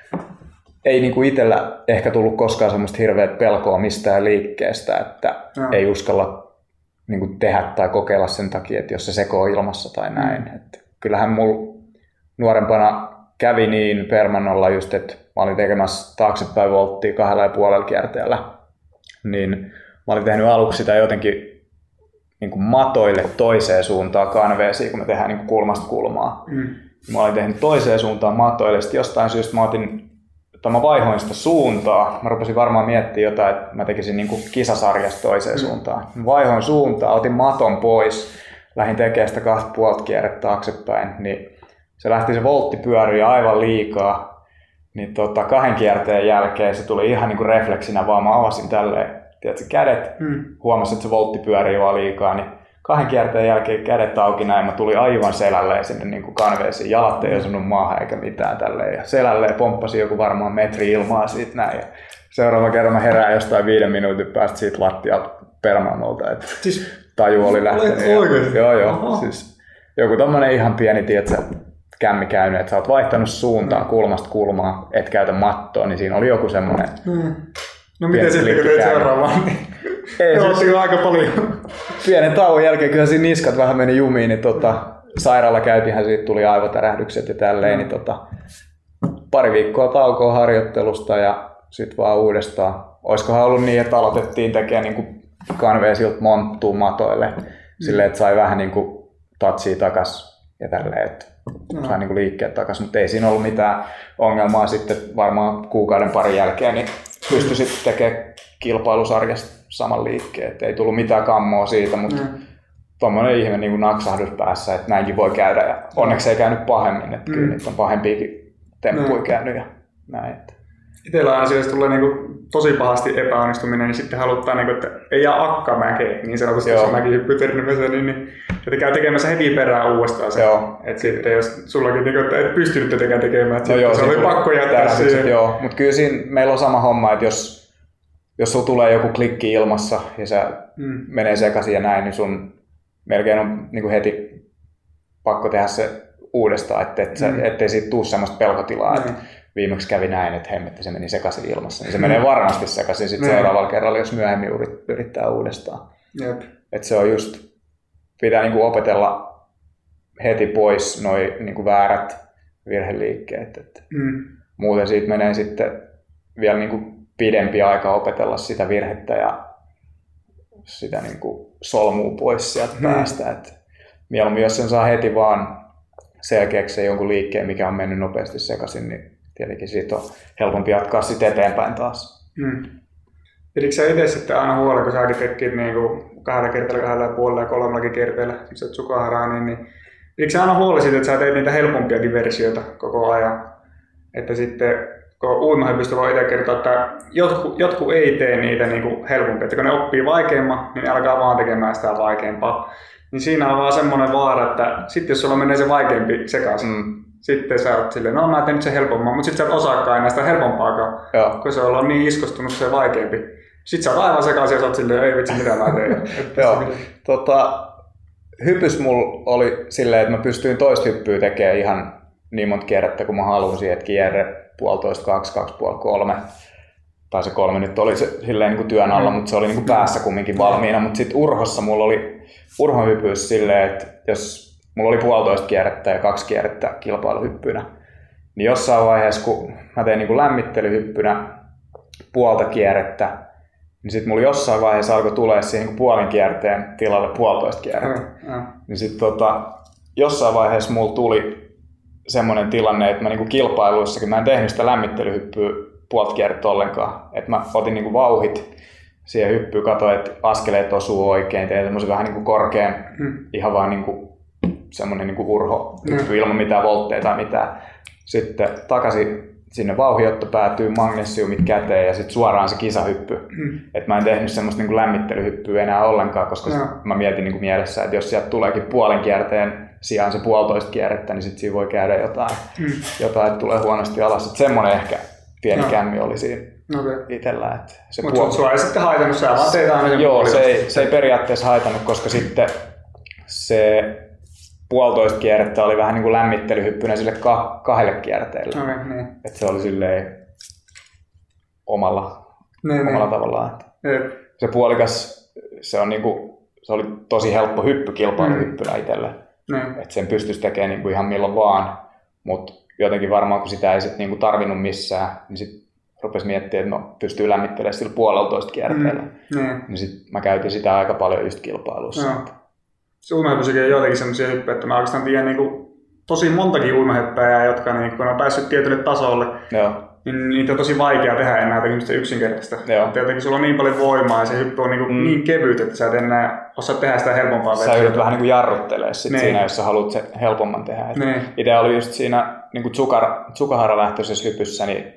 ei niin kuin itsellä ehkä tullut koskaan semmoista hirveät pelkoa mistään liikkeestä, että mm. ei uskalla niin kuin tehdä tai kokeilla sen takia, että jos se sekoo ilmassa tai näin. Mm. Että kyllähän mulla nuorempana kävi niin permannolla just, että mä olin tekemässä taaksepäin volttia kahdella ja puolella kierteellä, niin mä olin tehnyt aluksi sitä jotenkin niin kuin matoille toiseen suuntaan kanveesiin, kun me tehdään niin kuin kulmasta kulmaa. Mm. Mä olin tehnyt toiseen suuntaan matoille, sitten jostain syystä mä otin, tai mä vaihoin sitä suuntaa. Mä rupesin varmaan miettimään jotain, että mä tekisin niin kuin kisasarjasta toiseen mm. suuntaan. Mä vaihoin suuntaa, otin maton pois, lähdin tekemään sitä kahta puolta kierrettä taaksepäin, niin se lähti se voltti pyöriä aivan liikaa. Niin tota, kahden kierteen jälkeen se tuli ihan niin kuin refleksinä, vaan mä avasin tälleen, tiedätkö, kädet, mm. huomasin, että se voltti pyörii vaan liikaa, niin kahden kierteen jälkeen kädet auki näin, mä tulin aivan selälleen sinne niin kuin kanveesiin, jalat ei osunut maahan eikä mitään tälleen, ja selälleen pomppasin joku varmaan metri ilmaa siitä näin, ja seuraava kerran mä herään jostain viiden minuutin päästä siitä lattialta permannolta, että siis, taju oli lähtenyt. Ja, joo, joo, siis joku tommonen ihan pieni, tiedätkö, kämmi käynyt, että sä oot vaihtanut suuntaan kulmasta kulmaa, et käytä mattoa, niin siinä oli joku semmoinen. Hmm. No miten sitten kun teit seuraavaan, niin ei, siis, kyllä aika paljon. Pienen tauon jälkeen kyllä siinä niskat vähän meni jumiin, niin tota, sairaala käytihän, siitä tuli aivotärähdykset ja tälleen, niin tota, pari viikkoa taukoa harjoittelusta ja sitten vaan uudestaan. Olisikohan ollut niin, että aloitettiin tekemään niin kanveesilta monttua matoille, mm. silleen, että sai vähän niin kuin tatsia takas ja tälleen, että no. sai niin kuin liikkeet takas, mutta ei siinä ollut mitään ongelmaa sitten varmaan kuukauden parin jälkeen, niin pystyi sitten tekemään kilpailusarjasta saman liikkeen, että ei tullut mitään kammoa siitä, mutta mm. tuommoinen ihme niin kuin naksahdus päässä, että näinkin voi käydä ja onneksi ei käynyt pahemmin, että mm. kyllä niitä on pahempiakin temppuja mm. käynyt ja näin. Itsellä aina jos tulee niinku tosi pahasti epäonnistuminen, niin sitten halutaan, niinku, että ei jää akkamäkeen, niin sanotusti jos on mäkihyppyternimässä, niin, niin että käy tekemässä heti perään uudestaan se. Että sitten jos sullakin niinku, että et pystynyt tekemään tekemään, että no joo, se oli pakko jättää siihen. Joo, mutta kyllä siinä meillä on sama homma, että jos, jos sulla tulee joku klikki ilmassa ja se mm. menee sekaisin ja näin, niin sun melkein on niinku heti pakko tehdä se uudestaan, ettei, mm. ettei siitä tule semmoista pelkotilaa. Mm. Viimeksi kävi näin, että hemmetti se meni sekaisin ilmassa, niin se menee varmasti sekaisin sit seuraavalla kerralla, jos myöhemmin yrittää uudestaan. Jep. Et se on just, pitää niinku opetella heti pois noi niinku väärät virheliikkeet. Et mm. muuten siitä menee sitten vielä niinku pidempi aika opetella sitä virhettä ja sitä niinku solmua pois sieltä mm. päästä. Et mieluummin jos sen saa heti vaan selkeäksi jonkun liikkeen, mikä on mennyt nopeasti sekaisin, niin tietenkin siitä on helpompi jatkaa sitten eteenpäin taas. Hmm. Pidikö sä itse sitten aina huolella, kun säkin tekit niinku kahdella kerteellä, kahdella ja puolella ja kolmellakin kerteellä, sä et sukaharaa, niin, niin pidikö sä aina huolella siitä, että sä teet niitä helpompiakin versioita koko ajan? Että sitten, kun uimahypystä voi itse kertoa, että jotkut, jotkut ei tee niitä niinku helpompia, että kun ne oppii vaikeamman, niin alkaa vaan tekemään sitä vaikeampaa. Niin siinä on vaan semmoinen vaara, että sitten jos sulla menee se vaikeampi sekaisin, mm. sitten sä oot silleen, no mä teen nyt se helpomman, mutta sitten sä et osaakaan enää sitä helpompaakaan, Joo. kun se on niin iskostunut se vaikeampi. Sitten sä oot aivan sekaisin ja sä oot silleen, ei vitsi mitä mä teen. Joo. Tota, hypys mulla oli silleen, että mä pystyin toista hyppyä tekemään ihan niin monta kierrettä kuin mä halusin, että kierre puolitoista, kaksi, kaksi puoli, kolme. Tai se kolme nyt oli se, silleen niin kuin työn alla, mm. mutta se oli niin kuin päässä kumminkin valmiina. Mutta sitten urhossa mulla oli urhon hypyys silleen, että jos mulla oli puolitoista kierrettä ja kaksi kierrettä kilpailuhyppynä, niin jossain vaiheessa, kun mä tein niin kuin lämmittelyhyppynä puolta kierrettä, niin sitten mulla jossain vaiheessa alkoi tulee siihen niin kuin puolen kierteen tilalle puolitoista kierrettä. Mm. Mm. Niin sitten tota, jossain vaiheessa mulla tuli semmoinen tilanne, että mä niin kuin kilpailuissakin, mä en tehnyt sitä lämmittelyhyppyä puolta kierrettä ollenkaan. Että mä otin niinku vauhit siihen hyppyyn, katsoin, että askeleet osuu oikein, tein semmoisen vähän niinku korkean, mm. ihan vaan niinku semmoinen niinku urho hyppy mm. ilman mitään voltteja tai mitään. Sitten takaisin sinne vauhiotto päätyy, magnesiumit käteen ja sitten suoraan se kisahyppy. Mm. Et mä en tehnyt semmoista niinku lämmittelyhyppyä enää ollenkaan, koska no. mä mietin niinku mielessä, että jos sieltä tuleekin puolen kierteen sijaan se puolitoista kierrettä, niin sitten siinä voi käydä jotain, mm. jotain että tulee huonosti alas. Et semmoinen ehkä pieni no. kämmi oli siinä okay. itsellä. Mutta puol... sua ei sitten haitannut, sä vaan teet aina sen Joo, se ei, se ei periaatteessa haitannut, koska sitten se puolitoista kierrettä oli vähän niin kuin lämmittelyhyppynä sille ka- kahdelle kierteelle. Okay, niin. Että se oli silleen omalla, niin, omalla niin. tavallaan. Niin. Se puolikas, se, on niin kuin, se oli tosi helppo hyppy kilpailuhyppynä itselle. Niin. Että sen pystyisi tekemään niin kuin ihan milloin vaan. Mutta jotenkin varmaan kun sitä ei sit niin kuin tarvinnut missään, niin sitten rupesi miettimään, että no pystyy lämmittelemään sillä puoleltoista kierteellä. Mm. Niin. Niin sitten mä käytin sitä aika paljon just kilpailussa. No. Se uimahyppyssäkin on joitakin sellaisia hyppyjä, että mä oikeastaan tiedän niin kuin tosi montakin uimahyppääjää, jotka niin kun on päässyt tietylle tasolle, joo. Niin niitä on tosi vaikea tehdä enää jotenkin yksinkertaista. Jotenkin sulla on niin paljon voimaa ja se hyppy on niin, kuin mm. niin kevyt, että sä et enää osaa tehdä sitä helpompaa. Sä yrität vähän niin kuin jarruttelemaan sit niin. Siinä, jos sä haluat se helpomman tehdä. Niin. Itse oli just siinä niin Tsukahara-lähtöisessä hypyssä, niin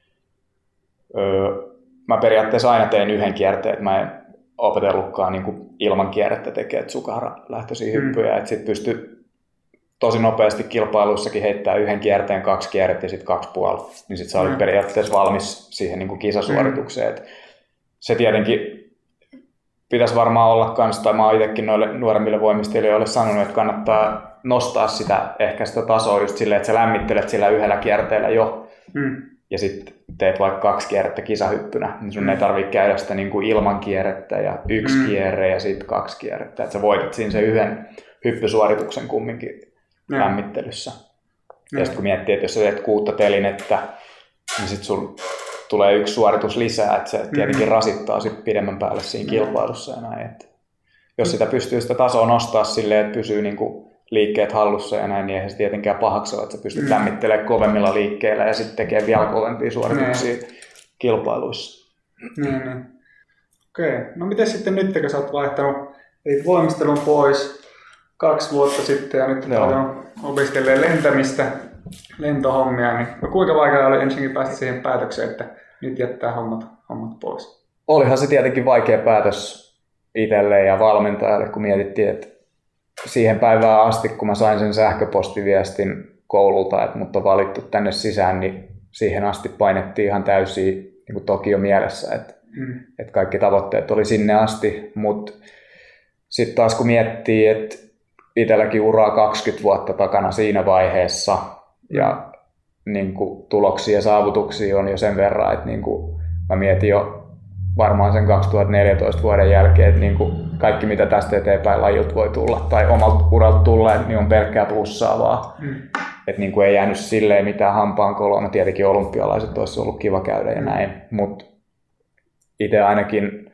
öö, mä periaatteessa aina tein yhden kierteen. Mä en opetellutkaan niin kuin ilman kierrettä tekemään Tsukahara-lähtöisiä mm. hyppyjä. Että sit pystyi tosi nopeasti kilpailuissakin heittää yhden kierteen, kaksi kierrettä ja sitten kaksi puoli. Niin sit sä olit mm. periaatteessa valmis siihen niin kuin kisasuoritukseen. Mm. Se tietenkin pitäisi varmaan olla kans, tai mä oon itsekin noille nuoremmille voimistelijoille sanonut, että kannattaa nostaa sitä, ehkä sitä tasoa just silleen, että sä lämmittelet sillä yhdellä kierteellä jo. Mm. Ja sitten teet vaikka kaksi kierrettä kisahyppynä, niin sun mm. ei tarvitse käydä sitä niin kuin ilman kierrettä ja yksi mm. kierre ja sitten kaksi kierrettä. Että sä voitat siinä sen yhden hyppysuorituksen kumminkin ja. Lämmittelyssä. Ja, ja sitten kun miettii, että jos sä teet kuutta telinettä, niin sitten sun tulee yksi suoritus lisää, että se tietenkin mm. rasittaa sit pidemmän päälle siinä kilpailussa ja näin. Että jos sitä pystyy sitä tasoa nostaa silleen, että pysyy niinku liikkeet hallussa ja näin, niin eihän se tietenkään pahaksi ole, että sä pystyt mm. lämmittelemään kovemmilla liikkeillä ja sitten tekee vielä kovempia suorituksia mm. kilpailuissa. Mm. Mm. Okei, okay. No miten sitten nyt, kun sä oot vaihtanut voimistelun pois kaksi vuotta sitten ja nyt paljon opiskelee lentämistä, lentohommia, niin no kuinka vaikea oli ensinnäkin päästä siihen päätökseen, että nyt jättää hommat, hommat pois? Olihan se tietenkin vaikea päätös itselle ja valmentajalle, kun mietittiin, että siihen päivään asti, kun mä sain sen sähköpostiviestin koululta, että mut on valittu tänne sisään, niin siihen asti painettiin ihan täysiä niin kuin Tokio mielessä, että, mm. että kaikki tavoitteet oli sinne asti, mutta sitten taas kun miettii, että itselläkin uraa kaksikymmentä vuotta takana siinä vaiheessa ja niin kuin, tuloksia ja saavutuksia on jo sen verran, että niin kuin, mä mietin jo varmaan sen kaksituhattaneljätoista vuoden jälkeen, että niin kuin, kaikki mitä tästä eteenpäin lajilta voi tulla tai omalta uralta tulla, niin on pelkkää plussaa vaan. Mm. Että niin kuin, ei jäänyt silleen mitään hampaankoloa. No tietenkin olympialaiset olisi ollut kiva käydä ja näin, mutta itse ainakin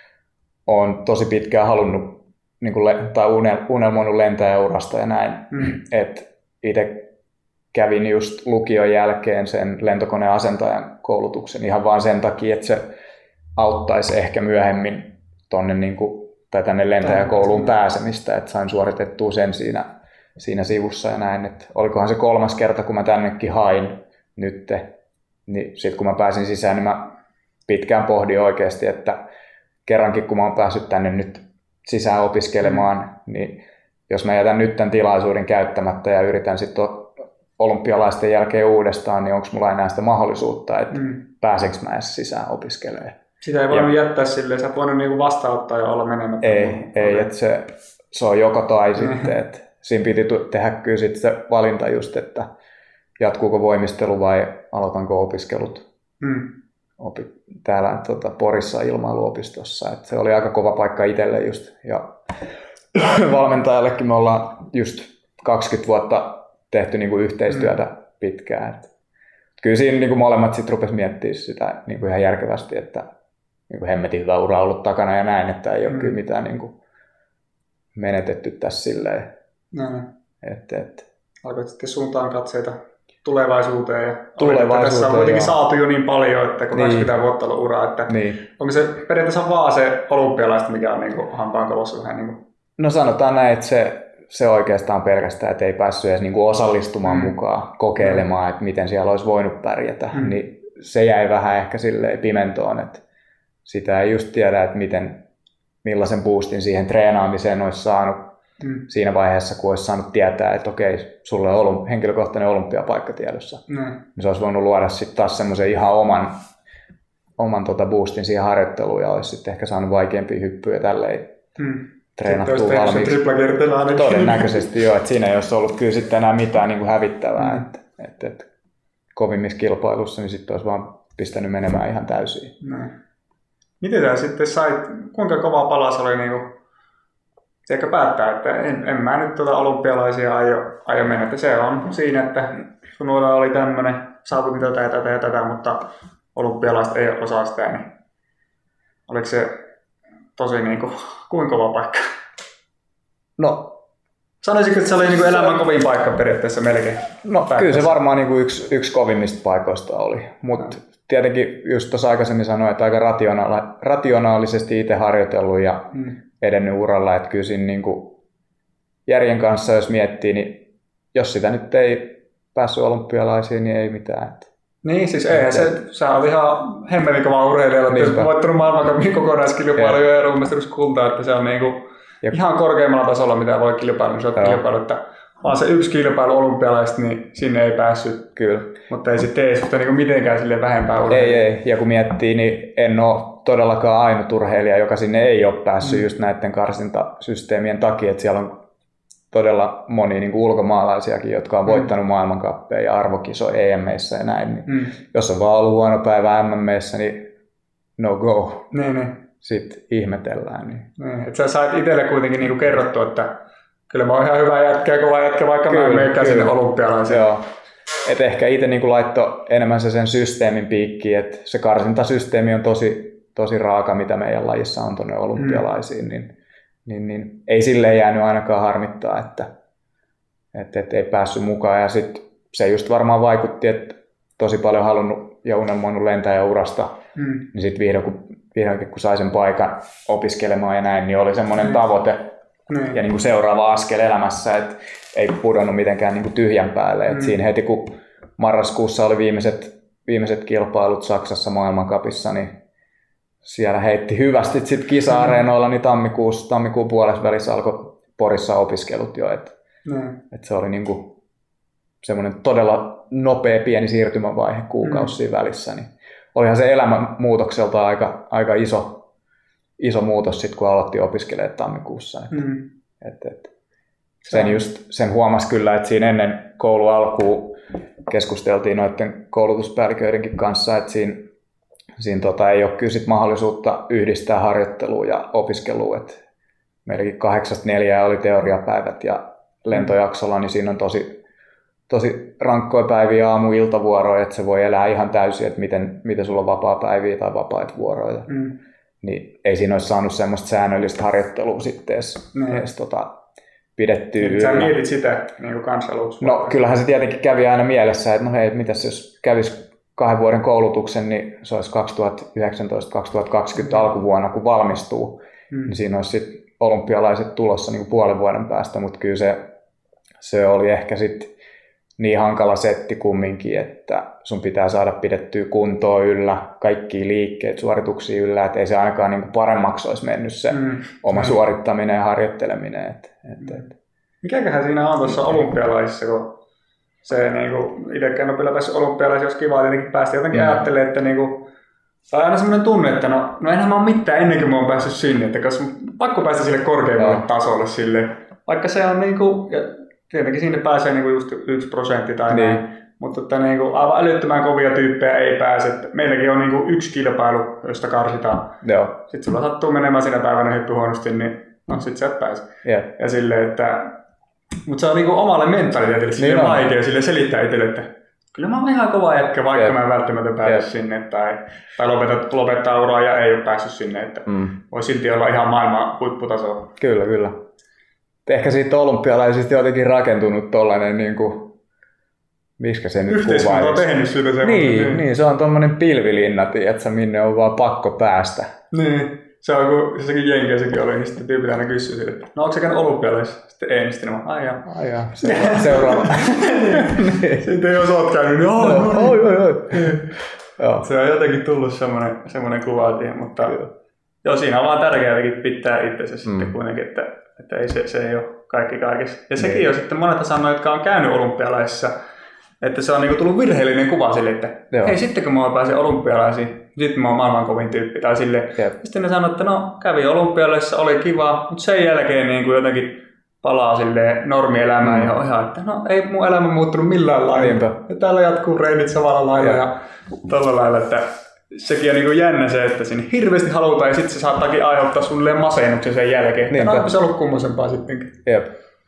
olen tosi pitkään halunnut niin kuin, tai unelmoinut lentäjäurasta ja näin. Mm. Että itse kävin just lukion jälkeen sen lentokoneasentajan koulutuksen ihan vaan sen takia, että se auttaisi ehkä myöhemmin tonne niin kuin, tai tänne lentäjäkouluun pääsemistä, että sain suoritettua sen siinä, siinä sivussa ja näin. Että olikohan se kolmas kerta, kun mä tännekin hain nyt, niin sitten kun mä pääsin sisään, niin mä pitkään pohdin oikeasti, että kerrankin kun mä oon päässyt tänne nyt sisään opiskelemaan, niin jos mä jätän nyt tämän tilaisuuden käyttämättä ja yritän sitten olympialaisten jälkeen uudestaan, niin onko mulla enää sitä mahdollisuutta, että mm. pääsenkö mä edes sisään opiskelemaan. Sitä ei voinut ja, jättää silleen, sä et voinut niinku vastaanottaa ja olla menemättä. Ei, ei että se, se on joko tai mm. sitten, että siinä piti tehdä kyllä sitten se valinta just, että jatkuuko voimistelu vai aloitanko opiskelut mm. Opi, täällä tuota, Porissa ilmailuopistossa. Et se oli aika kova paikka itselle just. Ja valmentajallekin me ollaan just kaksikymmentä vuotta tehty niinku yhteistyötä mm. pitkään. Et kyllä siinä niinku molemmat sit rupes miettimään sitä niinku ihan järkevästi, että niinku hemmetin hyvä ura ollut takana ja näin, että ei ole mm. kyllä mitään niinku menetetty tässä silleen. Mm. Et, et. Alkoit sitten suuntaan katseita tulevaisuuteen ja tulevaisuuteen, tässä on kuitenkin joo. saatu jo niin paljon, että kun niin. kaksikymmentä vuotta ollut ura, että niin. onko se periaatteessa vaan se olympialaista, mikä on niin hampaankolossa vähän niin kuin... No sanotaan näin, että se, se oikeastaan pelkästään, että ei päässyt edes niin kuin osallistumaan mm. mukaan, kokeilemaan, että miten siellä olisi voinut pärjätä, mm. niin se jäi vähän ehkä silleen pimentoon, että sitä ei just tiedä, että miten, millaisen boostin siihen treenaamiseen olisi saanut mm. siinä vaiheessa, kun olisi saanut tietää, että okei, sulla on ollut henkilökohtainen olympiapaikka tiedossa. Mm. Niin se olisi voinut luoda sitten taas semmoisen ihan oman, oman tota boostin siihen harjoitteluun ja olisi sitten ehkä saanut vaikeampia hyppyjä tälleen. Mm. treenattua valmiiksi. Niin todennäköisesti joo, että siinä ei olisi ollut kyllä sitten enää mitään niin kuin hävittävää. Mm. Että, että, että kovimmissa kilpailussa niin sitten olisi vaan pistänyt menemään ihan täysin. No. Miten tämä sitten sait, kuinka kova palas oli niin kuin, se ehkä päättää, että en, en mä nyt tuota olympialaisia aio, aio mennä, että se on siinä, että sun ura oli tämmöinen, saavutin tätä ja tätä ja tätä, mutta olympialaiset ei osaa sitä, niin oliko se tosi niin kuin, kuinka kova paikka? No, sanoisitko, että se oli niin kuin elämän kovin paikka periaatteessa melkein? No kyllä se varmaan niin kuin yksi, yksi kovimmista paikoista oli, mutta no. Tietenkin just tuossa aikaisemmin sanoin, että aika rationaali, rationaalisesti itse harjoitellut ja hmm. edennyt uralla, että kyllä siinä niin kuin järjen kanssa jos miettii, niin jos sitä nyt ei päässyt olympialaisiin, niin ei mitään. Niin, siis eihän se, sä olet ihan hemmelin kova urheilija, että jos voittanut maailmankapin kokonaiskilpailuja ja ruumestaruuskultaa, että se on niinku ihan korkeimmalla tasolla, mitä voi kilpailla, niin kilpailu, että vaan se yksi kilpailu olympialaista, niin sinne ei päässyt. Kyllä. Mutta ei se tee suhteen niinku mitenkään sille vähempää urheilijaa. Ei, ei. Ja kun miettii, niin en ole todellakaan ainut urheilija, joka sinne ei ole päässyt mm. just näiden karsintasysteemien takia, että siellä on todella moni niin kuin ulkomaalaisiakin, jotka on voittanut mm. maailmankappeja ja arvokisoja E M-issä ja näin. Niin mm. jos on vaan ollut huono päivä M M:ssä, niin no go. Niin, niin. Sitten ihmetellään. Niin. Niin. Et sä sait itselle kuitenkin niin kuin kerrottu, että kyllä mä oon ihan hyvä jätkä ja kova jätkä, vaikka kyllä, mä en meikään sinne olympialaisiin. Joo. Et ehkä itse niin kuin laittoi enemmän se sen systeemin piikkiin, että se karsintasysteemi on tosi, tosi raaka, mitä meidän lajissa on tuonne olympialaisiin. Mm. Niin, Niin, niin ei silleen jäänyt ainakaan harmittaa, että, että, että ei päässyt mukaan. Ja sitten se just varmaan vaikutti, että tosi paljon halunnut ja unelmoinut lentäjä urasta. Mm. Niin sitten vihdoin, kun, vihdoinkin kun sai sen paikan opiskelemaan ja näin, niin oli semmoinen mm. tavoite mm. ja niin kuin seuraava askel elämässä, että ei pudonnut mitenkään niin kuin tyhjän päälle. Mm. Et siinä heti kun marraskuussa oli viimeiset, viimeiset kilpailut Saksassa maailmancupissa, niin siellä heitti hyvästi sitten kisa-areenoilla, niin tammikuussa, tammikuun puolessa välissä alkoi Porissa opiskelut jo. Et, mm. et se oli niinku semmoinen todella nopea pieni siirtymävaihe kuukausi siinä mm. välissä. Niin olihan se elämän muutokselta aika, aika iso, iso muutos sitten, kun aloitti opiskelemaan tammikuussa. Et, mm. et, et, sen, just, sen huomasi kyllä, että siinä ennen koulun alkuun keskusteltiin noiden koulutuspäälliköidenkin kanssa, että siinä Siinä tota, ei ole kyllä sit mahdollisuutta yhdistää harjoittelua ja opiskelua. Et meilläkin kahdeksasta neljään oli teoriapäivät ja lentojaksolla, niin siinä on tosi, tosi rankkoja päiviä aamu-iltavuoroja, että se voi elää ihan täysin, että miten, miten sulla on vapaa-päiviä tai vapaita vuoroja. Mm. Niin ei siinä olisi saanut semmoista säännöllistä harjoittelua sitten edes, mm. edes tota, pidettyä yllä. Sä mietit sitä niin kanssa aluksi? No kyllähän se tietenkin kävi aina mielessä, että no hei, mitäs jos kävisi kahden vuoden koulutuksen, niin se olisi kaksituhattayhdeksäntoista kaksituhattakaksikymmentä mm. alkuvuonna, kun valmistuu, mm. niin siinä olisi sitten olympialaiset tulossa niin kuin puolen vuoden päästä, mutta kyllä se, se oli ehkä sitten niin hankala setti kumminkin, että sun pitää saada pidettyä kuntoa yllä, kaikkia liikkeet, suorituksia yllä, että ei se ainakaan niin kuin paremmaksi olisi mennyt se mm. oma mm. suorittaminen ja harjoitteleminen. Et, et, et. Mikäköhän siinä on tuossa olympialaisissa, kun se niinku, itsekään on kyllä päässyt olympialaisiin, jos kiva tietenkin päästä jotenkin mm. ajattelee, että niinku, tai aina semmoinen tunne, että no, no enhän mä ole mitään ennen kuin mä oon päässyt sinne, että koska pakko päästä sille korkeammalle no. tasolle sille, vaikka se on niinku, ja tietenkin sinne pääsee niinku just yksi prosentti tai niin. näin, mutta että niinku, aivan älyttömän kovia tyyppejä ei pääse, että meilläkin on niinku yksi kilpailu, josta karsitaan, Joo. sitten sulla sattuu menemään siinä päivänä hyppy huonosti, niin no sit sä et pääse, yeah. ja silleen, että mutta se on niinku omalle mentaliteetille niin vaikea sille selittää itselle, että kyllä mä oon ihan kova jätkä, vaikka yep. mä en välttämättä pääse yep. sinne. Tai, tai lopettaa, lopettaa uraa ja ei ole päässyt sinne. Että mm. voi silti olla ihan maailman huipputasoa. Kyllä, kyllä. Ehkä siitä olympialaisista jotenkin rakentunut tollainen, niin kuin, miskä se nyt kuvailisi. Yhteiskunta on tehnyt siitä semmoinen. Niin, niin. niin, se on tommonen pilvilinna, että minne on vaan pakko päästä. Niin. Se on kun jossakin Jenkeissäkin oli, niin sitten tyypit aina kysyy sille, että no onko sä käynyt olympialaisissa? Sitten ei, niin sitten mä ai jaa. Ai jaa, seuraava. seuraava. Sitten jos oot käynyt, niin oi, no, oi, oi, oi. Se on jotenkin tullut semmoinen, semmoinen kuva siihen, mutta joo. joo, siinä on vaan tärkeää pitää itsensä mm. sitten kuitenkin, että, että ei, se, se ei ole kaikki kaikessa. Ja sekin niin. on sitten monet sanoo, jotka on käynyt olympialaisissa, että se on niinku tullut virheellinen kuva sille, että joo. hei, sitten kun mä pääsen olympialaisiin, sitten mä oon maailman kovin tyyppi. Tai silleen. Sitten ne sanoo, että no kävi olympialaisissa, oli kiva, mutta sen jälkeen niin kuin jotenkin palaa silleen normielämään mm. ja ihan, että no ei mun elämä muuttunut millään lailla. Ja täällä jatkuu reenit samalla lailla ja, ja tällä lailla, että sekin on niin kuin jännä se, että sinne hirveästi halutaan ja sitten se saattaakin aiheuttaa suunnilleen masennuksen sen jälkeen. Niin, no se on ollut kummosempaa sittenkin. Jep.